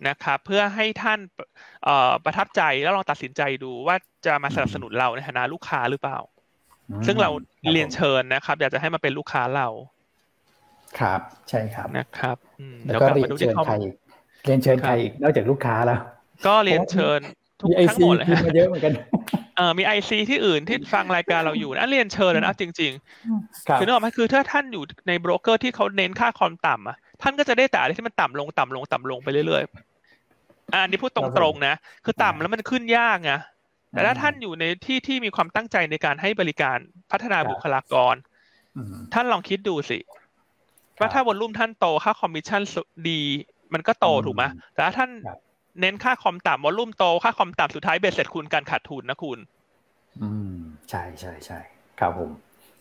S2: นะครับเพื่อให้ท่านประทับใจแล้วลองตัดสินใจดูว่าจะมาสนับสนุนเราในฐานะลูกค้าหรือเปล่าซึ่งเราเรียนเชิญนะครับอยากจะให้มาเป็นลูกค้าเรา
S1: ครับใช่ครับ
S2: นะครับ
S1: แล้วก็เรียนเชิญใครอีกนอกจากลูกค้าแล้ว
S2: ก็เรียนเชิญทุกทั้งหมดเลย
S1: มาเยอะเหมือนกัน
S2: มี IC ที่อื่นที่ฟังรายการเราอยู่นะเรียนเชิญนะจริงๆคือนึกออกไหมคือถ้าท่านอยู่ในโบรกเกอร์ที่เขาเน้นค่าคอมต่ำอ่ะท่านก็จะได้แต่อะไรที่มันต่ำลงไปเรื่อยๆอันนี้พูดตรงๆนะคือต่ำแล้วมันขึ้นยากไงแต่ถ้าท่านอยู่ในที่มีความตั้งใจในการให้บริการพัฒนาบุคลากรท่านลองคิดดูสิว่าถ้าวอลลุ่มท่านโตค่าคอมมิชชั่นดีมันก็โตถูกไหมแต่ถ้าท่านเน้นค่าคอมต่ำวอลลุ่มโตค่าคอมต่ำสุดท้ายเบ็ดเสร็จคุณการขาดทุนนะคุณ
S1: ใช่ครับผม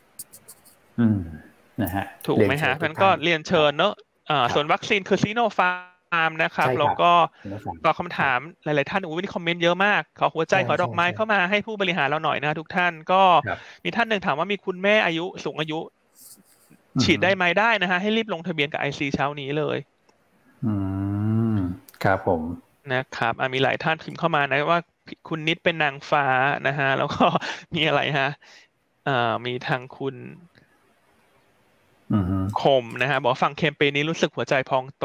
S1: นะฮะ
S2: ถูกไหมฮะมันก็เรียนเชิญเนอะส่วนวัคซีนคือซีโนฟาร์มนะครับแล้วก็ตอบคำถามหลายๆท่านวันนี้คอมเมนต์เยอะมากขอหัวใจขอดอกไม้เข้ามาให้ผู้บริหารเราหน่อยนะทุกท่านก็มีท่านหนึ่งถามว่ามีคุณแม่สูงอายุฉีดได้ไหมได้นะฮะให้รีบลงทะเบียนกับ IC เช้านี้เลย
S1: ครับผม
S2: นะครับมีหลายท่านพิมพ์เข้ามานะว่าคุณนิดเป็นนางฟ้านะฮะแล้วก็มีอะไรฮะมีทางคุณคมนะฮะบอกฟังแคมเปญนี้รู้สึกหัวใจพองโต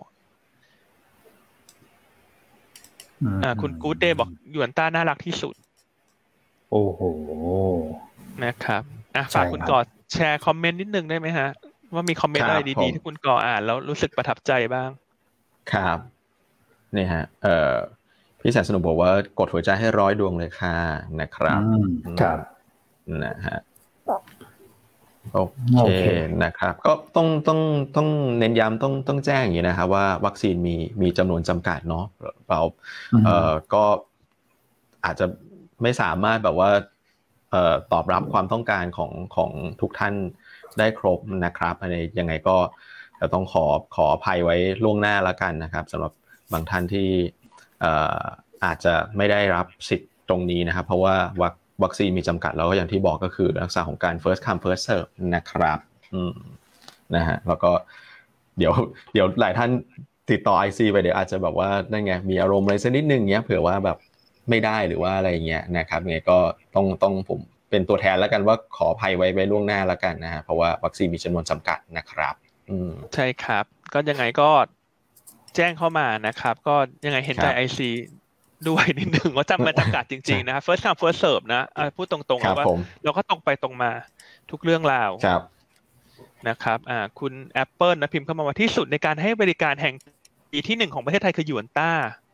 S2: คุณกู๊ดเดย์บอกหยวนต้าน่ารักที่สุด
S1: โอ้โห
S2: นะครับฝากคุณก่อแชร์คอมเมนต์นิดนึงได้ไหมฮะว่ามีคอมเมนต์อะไรดีๆที่คุณก่ออ่านแล้วรู้สึกประทับใจบ้าง
S3: ครับนี่ฮะพี่แสนสนุกบอกว่ากดหัวใจให้100 ดวงเลยค่ะนะครับ
S1: ครับ
S3: นะฮะโอเคนะครับก็ต้องเน้นย้ำต้องแจ้งอย่างนี้นะครับว่าวัคซีนมีจำนวนจำกัดเนาะเราก็อาจจะไม่สามารถแบบว่าตอบรับความต้องการของทุกท่านได้ครบนะครับอันนี้ยังไงก็ต้องขออภัยไว้ล่วงหน้าแล้วกันนะครับสำหรับบางท่านที่อาจจะไม่ได้รับสิทธิ์ตรงนี้นะครับเพราะว่าวัคซีนมีจำกัดแล้วก็อย่างที่บอกก็คือลักษณะของการ first come first serve นะครับนะฮะแล้วก็เดี๋ยวหลายท่านติดต่อ IC ไปเดี๋ยวอาจจะแบบว่านั่นไงมีอารมณ์อะไรสักนิดนึงเงี้ยเผื่อว่าแบบไม่ได้หรือว่าอะไรเงี้ยนะครับไงก็ต้องผมเป็นตัวแทนแล้วกันว่าขออภัยไว้ล่วงหน้าแล้วกันนะฮะเพราะว่าวัคซีนมีจำนวนจำกัดนะครับ
S2: ใช่ครับก็ยังไงก็แจ้งเข้ามานะครับก็ยังไงเห็นใจ IC ด้วยนิดนึงว่ามันจำกัดจริงๆนะ first come first serve นะพูดตรงๆว่าเราก็ตรงไปตรงมาทุกเรื่องราวนะครับคุณ Apple นะพิมพ์เข้ามาว่าที่สุดในการให้บริการแห่งปีที่1ของประเทศไทยคือหยวนต้า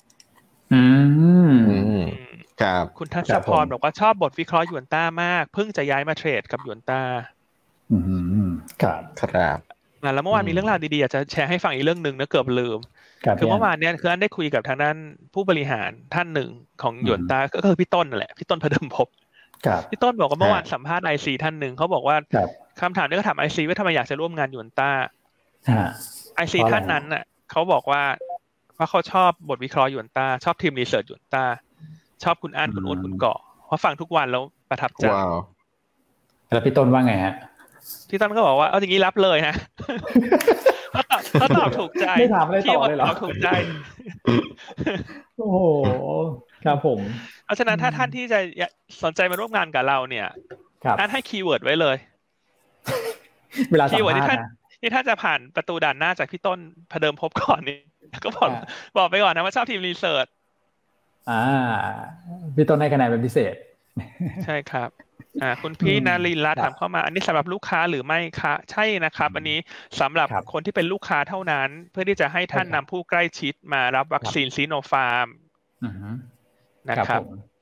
S3: ครับ
S2: คุณทัศพรบอกว่าชอบบทวิเคราะห์หยวนต้ามากเพิ่งจะย้ายมาเทรดกับหยวนต้า
S3: ครับ
S2: แล้วเมื่อวานมีเรื่องราวดีๆอยากจะแชร์ให้ฟังอีกเรื่องนึงนะเกือบลืมคือเมื่อวานเนี่ยคืออันได้คุยกับทางด้านผู้บริหารท่านหนึ่งของหยวนต้าก็คือพี่ต้นนั่นแหละพี่ต้นพเดิมภพพี่ต้นบอกว่าเมื่อวานสัมภาษณ์ IC ท่านหนึ่งเขาบอกว่าคำถามนี้ก็ถาม IC ว่าทำไมอยากจะร่วมงานหยวนต้า IC ท่านนั้นน่ะเขาบอกว่าเขาชอบบทวิเคราะห์หยวนต้าชอบทีมรีเสิร์ชหยวนต้าชอบคุณอั้นคุณอ้วนคุณเกาะเพราะฟังทุกวันแล้วประทับใจ
S1: แล้วพี่ต้นว่าไงฮะ
S2: พี่ต้นก็บอกว่าเอาอย่างนี้รับเลยฮะเขาตอบถูกใจ
S1: ไม่ถามอะไรต่อเลยเหรอ
S2: ถูกใจ
S1: โอ้โหครับผม
S2: เพราะฉะนั้นถ้าท่านที่จะสนใจมาร่วมงานกับเราเนี่ยท่านให้คีย์เวิร์ดไว้เลย
S1: เวลาสัมภาษณ์
S2: ที่ท่านจะผ่านประตูด่านหน้าจากพี่ต้นพเดิมภพก่อนนี่ก็บอกไปก่อนนะว่าชอบทีมรีเสิร์ช
S1: พี่ต้นให้คะแนนเป็นพิเศษ
S2: ใช่ครับคุณพี่นารินรัตน์ถามเข้ามาอันนี้สำหรับลูกค้าหรือไม่คะใช่นะครับอันนี้สำหรับคนที่เป็นลูกค้าเท่านั้นเพื่อที่จะให้ท่านนำผู้ใกล้ชิดมารับวัคซีนซีโนฟาร์มนะครับ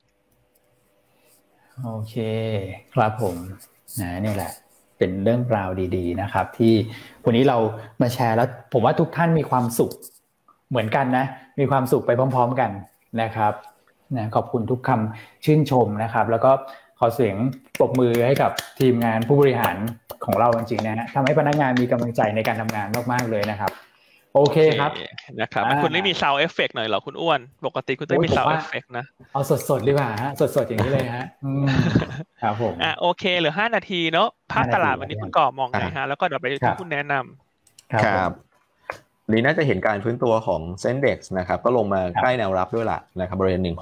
S1: โอเคครับผมนี่แหละเป็นเรื่องราวดีๆนะครับที่วันนี้เรามาแชร์แล้วผมว่าทุกท่านมีความสุขเหมือนกันนะมีความสุขไปพร้อมๆกันนะครับขอบคุณทุกคำชื่นชมนะครับแล้วก็ขอเสียงปรบมือให้กับทีมงานผู้บริหารของเราจริงๆนะฮะทำให้พนักงานมีกำลังใจในการทำงานมากๆเลยนะครับโอเคครับ
S2: นะครับคุณไม่มี sound effect หน่อยเหรอคุณอ้วนปกติคุณต้องมี sound effect นะ
S1: เอาสดๆดีกว่าฮะสดๆอย่างนี้เลยฮะครับผม
S2: โอเคเหลือ5 นาทีเนาะภาพตลาดวันนี้คุณก่อมองไงฮะแล้วก็เดี๋ยวไปที่คุณแนะนำ
S3: ครับนี้น่าจะเห็นการฟื้นตัวของเซ็นเด็กซ์นะครับก็ลงมาใกล้แนวรับด้วยล่ะนะครับบริเวณ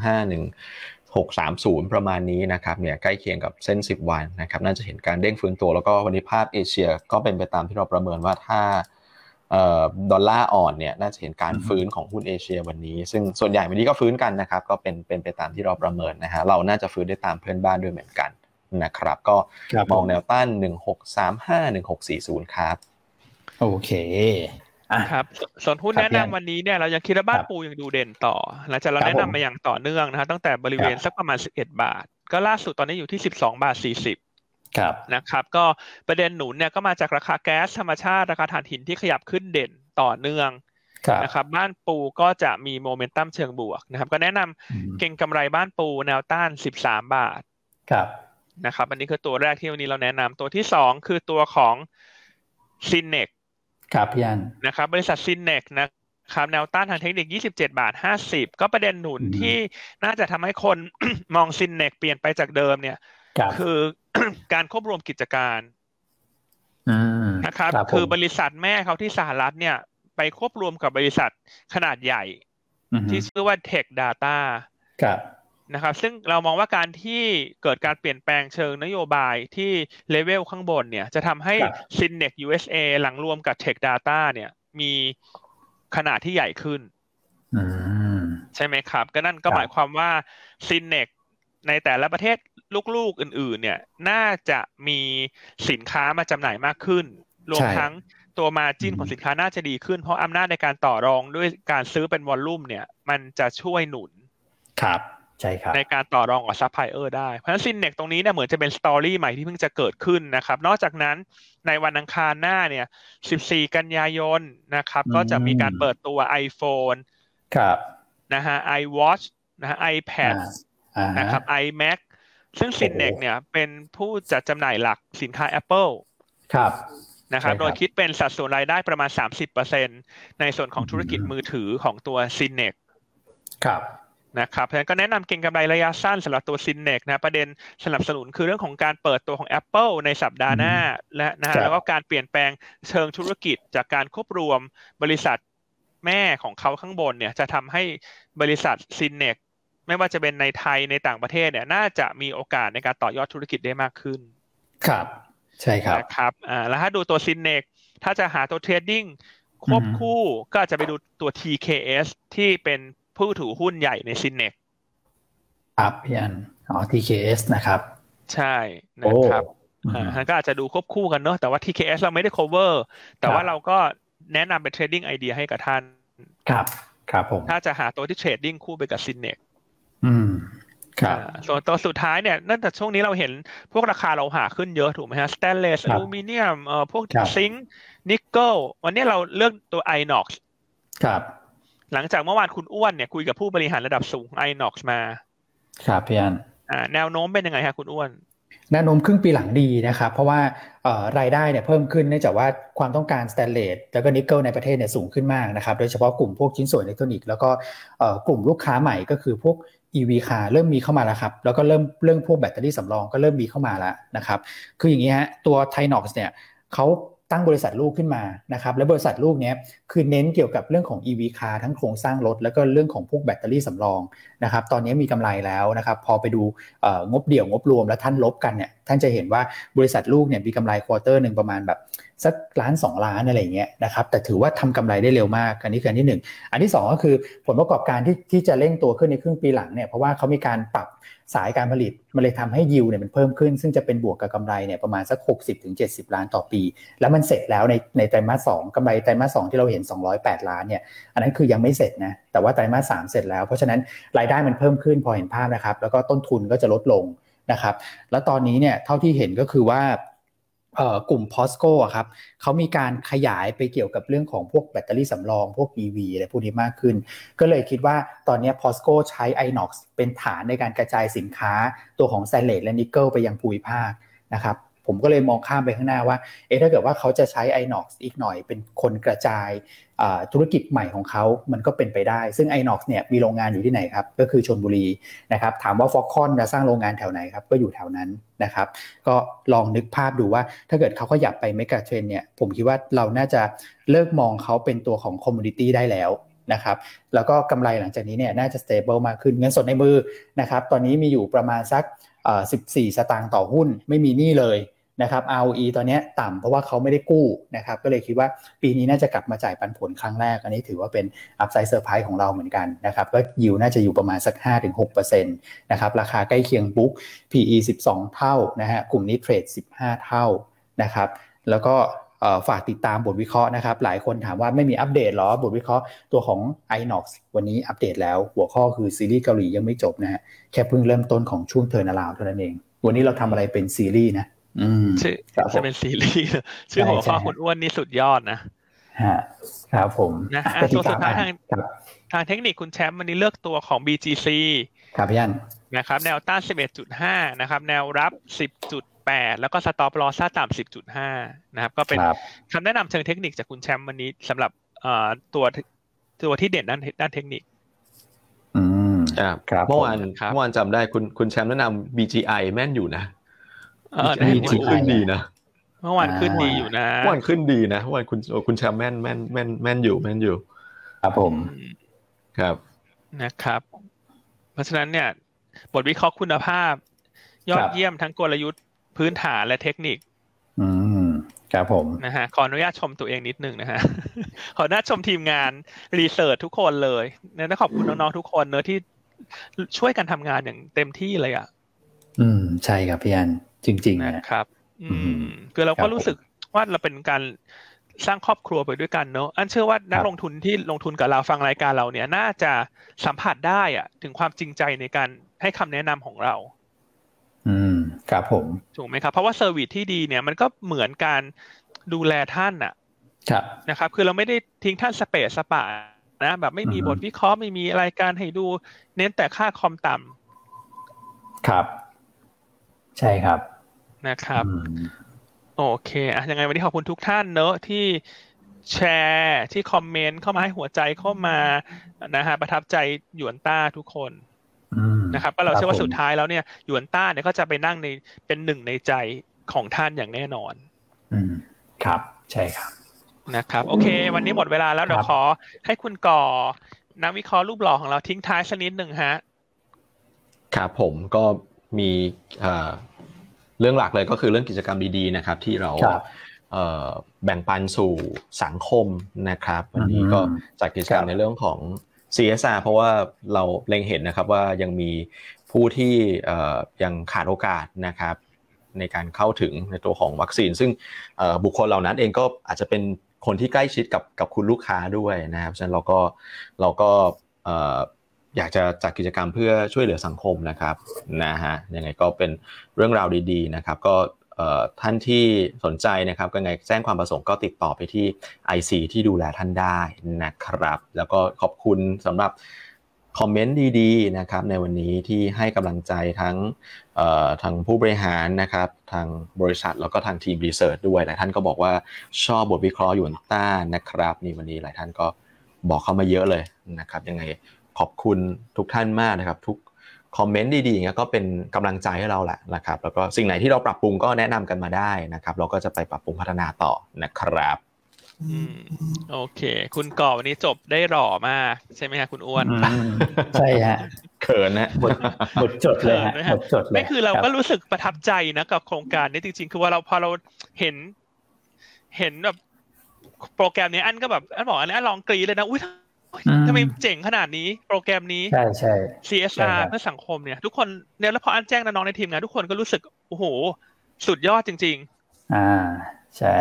S3: 1630ประมาณนี้นะครับเนี่ยใกล้เคียงกับเส้น10วันนะครับน่าจะเห็นการเด้งฟื้นตัวแล้วก็วันนี้ภาพเอเชียก็เป็นไปตามที่เราประเมินว่าถ้าดอลลาร์อ่อนเนี่ยน่าจะเห็นการฟื้นของหุ้นเอเชียวันนี้ซึ่งส่วนใหญ่วันนี้ก็ฟื้นกันนะครับก็เป็นไปตามที่เราประเมินนะฮะเราน่าจะฟื้นได้ตามเพื่อนบ้านด้วยเหมือนกันนะครับก็มองแนวต้าน1635-1640ครับ
S1: โอเค
S2: ครับส่วนหุ้นแนะนำวันนี้เนี่ยเรายังคิดว่าบ้านปูยังดูเด่นต่อหลังจากเราแนะนำมาอย่างต่อเนื่องนะฮะตั้งแต่บริเวณสักประมาณ11 บาทก็ล่าสุดตอนนี้อยู่ที่12.40
S1: ครับ
S2: นะครับก็ประเด็นหนุนเนี่ยก็มาจากราคาแก๊สธรรมชาติราคาถ่านหินที่ขยับขึ้นเด่นต่อเนื่องนะครับบ้านปูก็จะมีโมเมนตัมเชิงบวกนะครับก็แนะนำเก็งกำไรบ้านปูแนวต้าน13 บาท
S1: ครับ
S2: นะครับอันนี้คือตัวแรกที่วันนี้เราแนะนำตัวที่2คือตัวของซินเนก
S1: ครับพี่อัน
S2: นะครับบริษัทซินเนกนะครับแนวต้านทางเทคนิค27.50ก็ประเด็นหนุนที่น่าจะทำให้คน มองซินเนกเปลี่ยนไปจากเดิมเนี่ยคือ การควบรวมกิจการนะครับคือบริษัทแม่เขาที่สหรัฐเนี่ยไปควบรวมกับบริษัทขนาดใหญ่ที่ชื่อว่า Tech Data นะครับซึ่งเรามองว่าการที่เกิดการเปลี่ยนแปลงเชิงนโยบายที่เลเวลข้างบนเนี่ยจะทำให้ Synnex USA หลังรวมกับ Tech Data เนี่ยมีขนาดที่ใหญ่ขึ้นใช่ไหมครับก็นั่นก็หมายความว่า Synnex ในแต่ละประเทศลูกๆอื่นๆเนี่ยน่าจะมีสินค้ามาจำหน่ายมากขึ้นรวมทั้งตัวมาร์จิ้นของสินค้าน่าจะดีขึ้นเพราะอำนาจในการต่อรองด้วยการซื้อเป็นวอลลุ่มเนี่ยมันจะช่วยหนุน
S1: ครับใช่ครับ
S2: ในการต่อรองกับซัพพลายเออร์ได้เพราะฉะนั้นซินเน็กตรงนี้เนี่ยเหมือนจะเป็นสตอรี่ใหม่ที่เพิ่งจะเกิดขึ้นนะครับนอกจากนั้นในวันอังคารหน้าเนี่ย14 กันยายนนะครับก็จะมีการเปิดตัว iPhone
S1: ครับ
S2: นะฮะ iWatch นะฮะ iPad นะครับ iMac ซึ่งซินเน็กเนี่ยเป็นผู้จัดจำหน่ายหลักสินค้า Apple
S1: ครับ
S2: นะครับโดยคิดเป็นสัดส่วนรายได้ประมาณ 30% ในส่วนของธุรกิจมือถือของตัวซินเน็ก
S1: ครับ
S2: นะครับเพราะฉะนั้นก็แนะนำเก็งกำไรระยะสั้นสำหรับตัวซินเน็กนะประเด็นสนับสนุนคือเรื่องของการเปิดตัวของ Apple ในสัปดาห์หน้าและนะฮะแล้วก็การเปลี่ยนแปลงเชิงธุรกิจจากการควบรวมบริษัทแม่ของเขาข้างบนเนี่ยจะทำให้บริษัทซินเน็กไม่ว่าจะเป็นในไทยในต่างประเทศเนี่ยน่าจะมีโอกาสในการต่อยอดธุรกิจได้มากขึ้น
S1: ครับใช่ครับ
S2: นะครับแล้วถ้าดูตัวซินเน็กถ้าจะหาตัวเทรดดิ้งควบคู่ก็อาจจะไปดูตัว TKS ที่เป็นผู้ถือหุ้นใหญ่ในซินเน็ก
S1: ครับพี่อันTKS นะครับ
S2: ใช่นะครับก็อาจจะดูควบคู่กันเนอะแต่ว่า TKS เราไม่ได้ cover แต่ว่าเราก็แนะนำเป็น trading idea ให้กับท่าน
S1: ครับผม
S2: ถ้าจะหาตัวที่ trading คู่ไปกับซินเน็ก
S1: ครับ
S2: ส่วนตัวสุดท้ายเนี่ยนั่นแต่ช่วงนี้เราเห็นพวกราคาเราหาขึ้นเยอะถูกไหมฮะ stainless อลูมิเนียมพวกซิงค์นิกเกิลวันนี้เราเลือกตัว Inox
S1: ครับ
S2: หลังจากเมื่อวานคุณอ้วนเนี่ยคุยกับผู้บริหารระดับสูง Inox มา
S1: ครับพี่อัน
S2: แนวโน้มเป็นยังไงฮะคุณอ้วน
S1: แนวโน้มครึ่งปีหลังดีนะครับเพราะว่ารายได้เนี่ยเพิ่มขึ้นเนื่องจากว่าความต้องการสแตนเลสแล้วก็นิกเกิลในประเทศเนี่ยสูงขึ้นมากนะครับโดยเฉพาะกลุ่มพวกชิ้นส่วนอิเล็กทรอนิกส์แล้วก็กลุ่มลูกค้าใหม่ก็คือพวก EV car เริ่มมีเข้ามาแล้วครับแล้วก็เรื่องพวกแบตเตอรี่สำรองก็เริ่มมีเข้ามาแล้วนะครับคืออย่างนี้ฮะตัว Thinox เนี่ยเขาตั้งบริษัทลูกขึ้นมานะครับและบริษัทลูกนี้คือเน้นเกี่ยวกับเรื่องของ EV car ทั้งโครงสร้างรถแล้วก็เรื่องของพวกแบตเตอรี่สำรองนะครับตอนนี้มีกำไรแล้วนะครับพอไปดูงบเดี่ยวงบรวมแล้วท่านลบกันเนี่ยท่านจะเห็นว่าบริษัทลูกเนี่ยมีกำไรควอเตอร์นึงประมาณแบบสัก1-2 ล้านอะไรอย่างเงี้ยนะครับแต่ถือว่าทำกำไรได้เร็วมากอันนี้คืออันที่1อันที่2ก็คือผลประกอบการที่จะเร่งตัวขึ้นในครึ่งปีหลังเนี่ยเพราะว่าเขามีการปรับสายการผลิตมันเลยทำให้ยิวเนี่ยมันเพิ่มขึ้นซึ่งจะเป็นบวกกับกำไรเนี่ยประมาณสัก60-70 ล้านต่อปีแล้วมันเสร็จแล้วในไตรมาส2กำไรไตรมาส2ที่เราเห็น208 ล้านเนี่ยอันนั้นคือยังไม่เสร็จนะแต่ว่าไตรมาส3เสร็จแล้วเพราะฉะนั้นรายได้มันเพิ่มขึ้นพอเห็นภาพนะครับแล้วก็ต้นทุนก็จะลดลงนะครับแล้วตอนนี้เนี่ยเท่าที่เห็นก็คือว่ากลุ่ม POSCO อ่ะครับเขามีการขยายไปเกี่ยวกับเรื่องของพวกแบตเตอรี่สำรองพวก EV อะไรพวกนี้มากขึ้นก็เลยคิดว่าตอนนี้ POSCO ใช้ Inox เป็นฐานในการกระจายสินค้าตัวของ Stainless และนิกเกิลไปยังภูมิภาคนะครับผมก็เลยมองข้ามไปข้างหน้าว่าถ้าเกิดว่าเขาจะใช้ Inox อีกหน่อยเป็นคนกระจายธุรกิจใหม่ของเขามันก็เป็นไปได้ซึ่ง Inox เนี่ยมีโรงงานอยู่ที่ไหนครับก็คือชลบุรีนะครับถามว่า Foxconn จะสร้างโรงงานแถวไหนครับก็อยู่แถวนั้นนะครับก็ลองนึกภาพดูว่าถ้าเกิดเขาขยับไปเมกะเทรนด์เนี่ยผมคิดว่าเราน่าจะเลิกมองเขาเป็นตัวของคอมมูนิตี้ได้แล้วนะครับแล้วก็กำไรหลังจากนี้เนี่ยน่าจะ stable มากขึ้นเงินสดในมือนะครับตอนนี้มีอยู่ประมาณสัก14 สตางค์ต่อหุ้นไม่มีหนี้เลยนะครับ ROE ตอนนี้ต่ำเพราะว่าเขาไม่ได้กู้นะครับก็เลยคิดว่าปีนี้น่าจะกลับมาจ่ายปันผลครั้งแรกอันนี้ถือว่าเป็น upside surprise ของเราเหมือนกันนะครับก็ยิวน่าจะอยู่ประมาณสัก 5-6% นะครับราคาใกล้เคียงบุ๊ก PE 12 เท่านะฮะกลุ่มนี้เทรด15 เท่านะครับแล้วก็ฝากติดตามบทวิเคราะห์นะครับหลายคนถามว่าไม่มีอัปเดตหรอบทวิเคราะห์ตัวของ Inox วันนี้อัปเดตแล้วหัวข้อคือซีรีส์เกาหลียังไม่จบนะฮะแค่เพิ่งเริ่มต้นของช่วงเทิร์นอราวด์เท่านั้นเองวันนี้เราทำอะไรเป็นซีรีส์นะ
S2: ชื่อจะเป็นซีรีส์ชื่อหัวข้อคุณอ้วนนี่สุดยอดนะ
S1: ครับผม
S2: นะตัวสุดท้ายทางเทคนิคคุณแชมป์วันนี้เลือกตัวของ BGC
S1: ครับพี่อัน
S2: นะครับแนวต้าน 11.5 นะครับแนวรับ 10.8 แล้วก็สต็อปลอสต่ำ 10.5 นะครับก็เป็นคำแนะนำเชิงเทคนิคจากคุณแชมป์วันนี้สำหรับตัวที่เด่นด้านเทคนิค
S3: ครับเมื่อวานจำได้คุณแชมป์แนะนำ BGI แม่นอยู่นะ
S2: ขึ้นดีนะเมื่อวานขึ้นดีอยู่นะ
S3: เมื่อวานขึ้นดีนะเมื่อวานคุณแชมป์แม่นอยู่
S1: ครับผม
S3: ครับ
S2: นะครับเพราะฉะนั้นเนี่ยบทวิเคราะห์คุณภาพยอดเยี่ยมทั้งกลยุทธ์พื้นฐานและเทคนิค
S1: ครับผม
S2: นะฮะขออนุญาตชมตัวเองนิดนึงนะฮะขออนุญาตชมทีมงานรีเสิร์ชทุกคนเลยนะขอบคุณน้องๆทุกคนเนอะที่ช่วยกันทำงานอย่างเต็มที่เลยอ่ะ
S1: ใช่ครับพี่อันจริงๆ
S2: นะครับคือเราก็รู้สึกว่าเราเป็นการสร้างครอบครัวไปด้วยกันเนอะอันเชื่อว่านักลงทุนที่ลงทุนกับเราฟังรายการเราเนี่ยน่าจะสัมผัสได้อะถึงความจริงใจในการให้คำแนะนำของเรา
S1: ครับผม
S2: ถูกไหมครับเพราะว่าเซอร์วิสที่ดีเนี่ยมันก็เหมือนการดูแลท่านนะครับคือเราไม่ได้ทิ้งท่านสเปซสปะนะแบบไม่มีบทวิเคราะห์ไม่มีรายการให้ดูเน้นแต่ค่าคอมต่
S1: ำครับใช่ครับ
S2: นะครับโอเคยังไงวันนี้ขอบคุณทุกท่านเนอะที่แชร์ที่คอมเมนต์เข้ามาให้หัวใจเข้ามานะฮะประทับใจหยวนต้าทุกคนนะครับก็เราเชื่อว่าสุดท้ายแล้วเนี่ยหยวนต้าเนี่ยก็จะไปนั่งในเป็นหนึ่งในใจของท่านอย่างแน่นอน
S1: ครับใช่ครับ
S2: นะครับโอเควันนี้หมดเวลาแล้วเดี๋ยวขอให้คุณก่อนักวิเคราะห์รูปหล่อของเราทิ้งท้ายสักนิดนึงฮะ
S3: ครับผมก็มีเรื่องหลักเลยก็คือเรื่องกิจกรรมดีๆนะครับที่เราแบ่งปันสู่สังคมนะครับวันนี้ก็จัดกิจกรรมในเรื่องของ CSR เพราะว่าเราเล็งเห็นนะครับว่ายังมีผู้ที่ยังขาดโอกาสนะครับในการเข้าถึงในตัวของวัคซีนซึ่งบุคคลเหล่านั้นเองก็อาจจะเป็นคนที่ใกล้ชิดกับคุณลูกค้าด้วยนะครับฉะนั้นเราก็อยากจะจัดกิจกรรมเพื่อช่วยเหลือสังคมนะครับนะฮะยังไงก็เป็นเรื่องราวดีๆนะครับก็ท่านที่สนใจนะครับก็ไงแจ้งความประสงค์ก็ติดต่อไปที่ IC ที่ดูแลท่านได้นะครับแล้วก็ขอบคุณสำหรับคอมเมนต์ดีๆนะครับในวันนี้ที่ให้กำลังใจทั้งทางผู้บริหารนะครับทางบริษัทแล้วก็ทางทีมรีเสิร์ชด้วยหลายท่านก็บอกว่าชอบบทวิเคราะห์หยวนต้านะครับนี่วันนี้หลายท่านก็บอกเข้ามาเยอะเลยนะครับยังไงขอบคุณทุกท่านมากนะครับทุกคอมเมนต์ดีๆอย่างเงี้ยก็เป็นกำลังใจให้เราแหละนะครับแล้วก็สิ่งไหนที่เราปรับปรุงก็แนะนำกันมาได้นะครับเราก็จะไปปรับปรุงพัฒนาต่อนะครับ
S2: โอเคคุณก่อวันนี้จบได้หล่อมากใช่ไหมฮะคุณอ้วน
S1: ใช่ฮะ
S3: เขินนะ
S1: บทจดเลยฮะบทจดเลย
S2: ไม่คือเราก็รู้สึกประทับใจนะกับโครงการนี้จริงๆคือว่าพอเราเห็นแบบโปรแกรมนี้อันก็แบบอันบอกอันลองกรีเลยนะอุ้ยทำไมเจ๋งขนาดนี้โปรแกรมนี้
S1: ใช่
S2: CSR เพื่อสังคมเนี่ยทุกคนเนี่ยแล้วพออันแจ้งน้องในทีมงานทุกคนก็รู้สึกโอ้โหสุดยอดจริง
S1: ๆใช่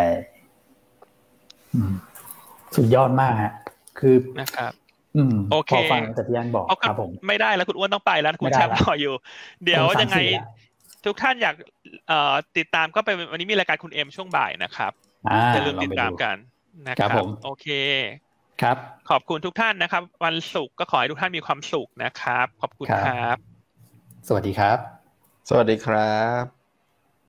S1: สุดยอดมากฮะคือ
S2: นะครับ
S1: โอเคพอฟังจากที่อันบอกครับผม
S2: ไม่ได้แล้วคุณอ้วนต้องไปแล้วคุณแชมป์รออยู่เดี๋ยวยังไงทุกท่านอยากติดตามก็ไปวันนี้มีรายการคุณเอ็มช่วงบ่ายนะครับอย่าลืมติดตามกันนะครับโอเค
S1: ครับ
S2: ขอบคุณทุกท่านนะครับวันศุกร์ก็ขอให้ทุกท่านมีความสุขนะครับขอบคุณครับ
S1: สวัสดีครับ
S3: สวัสดีครับ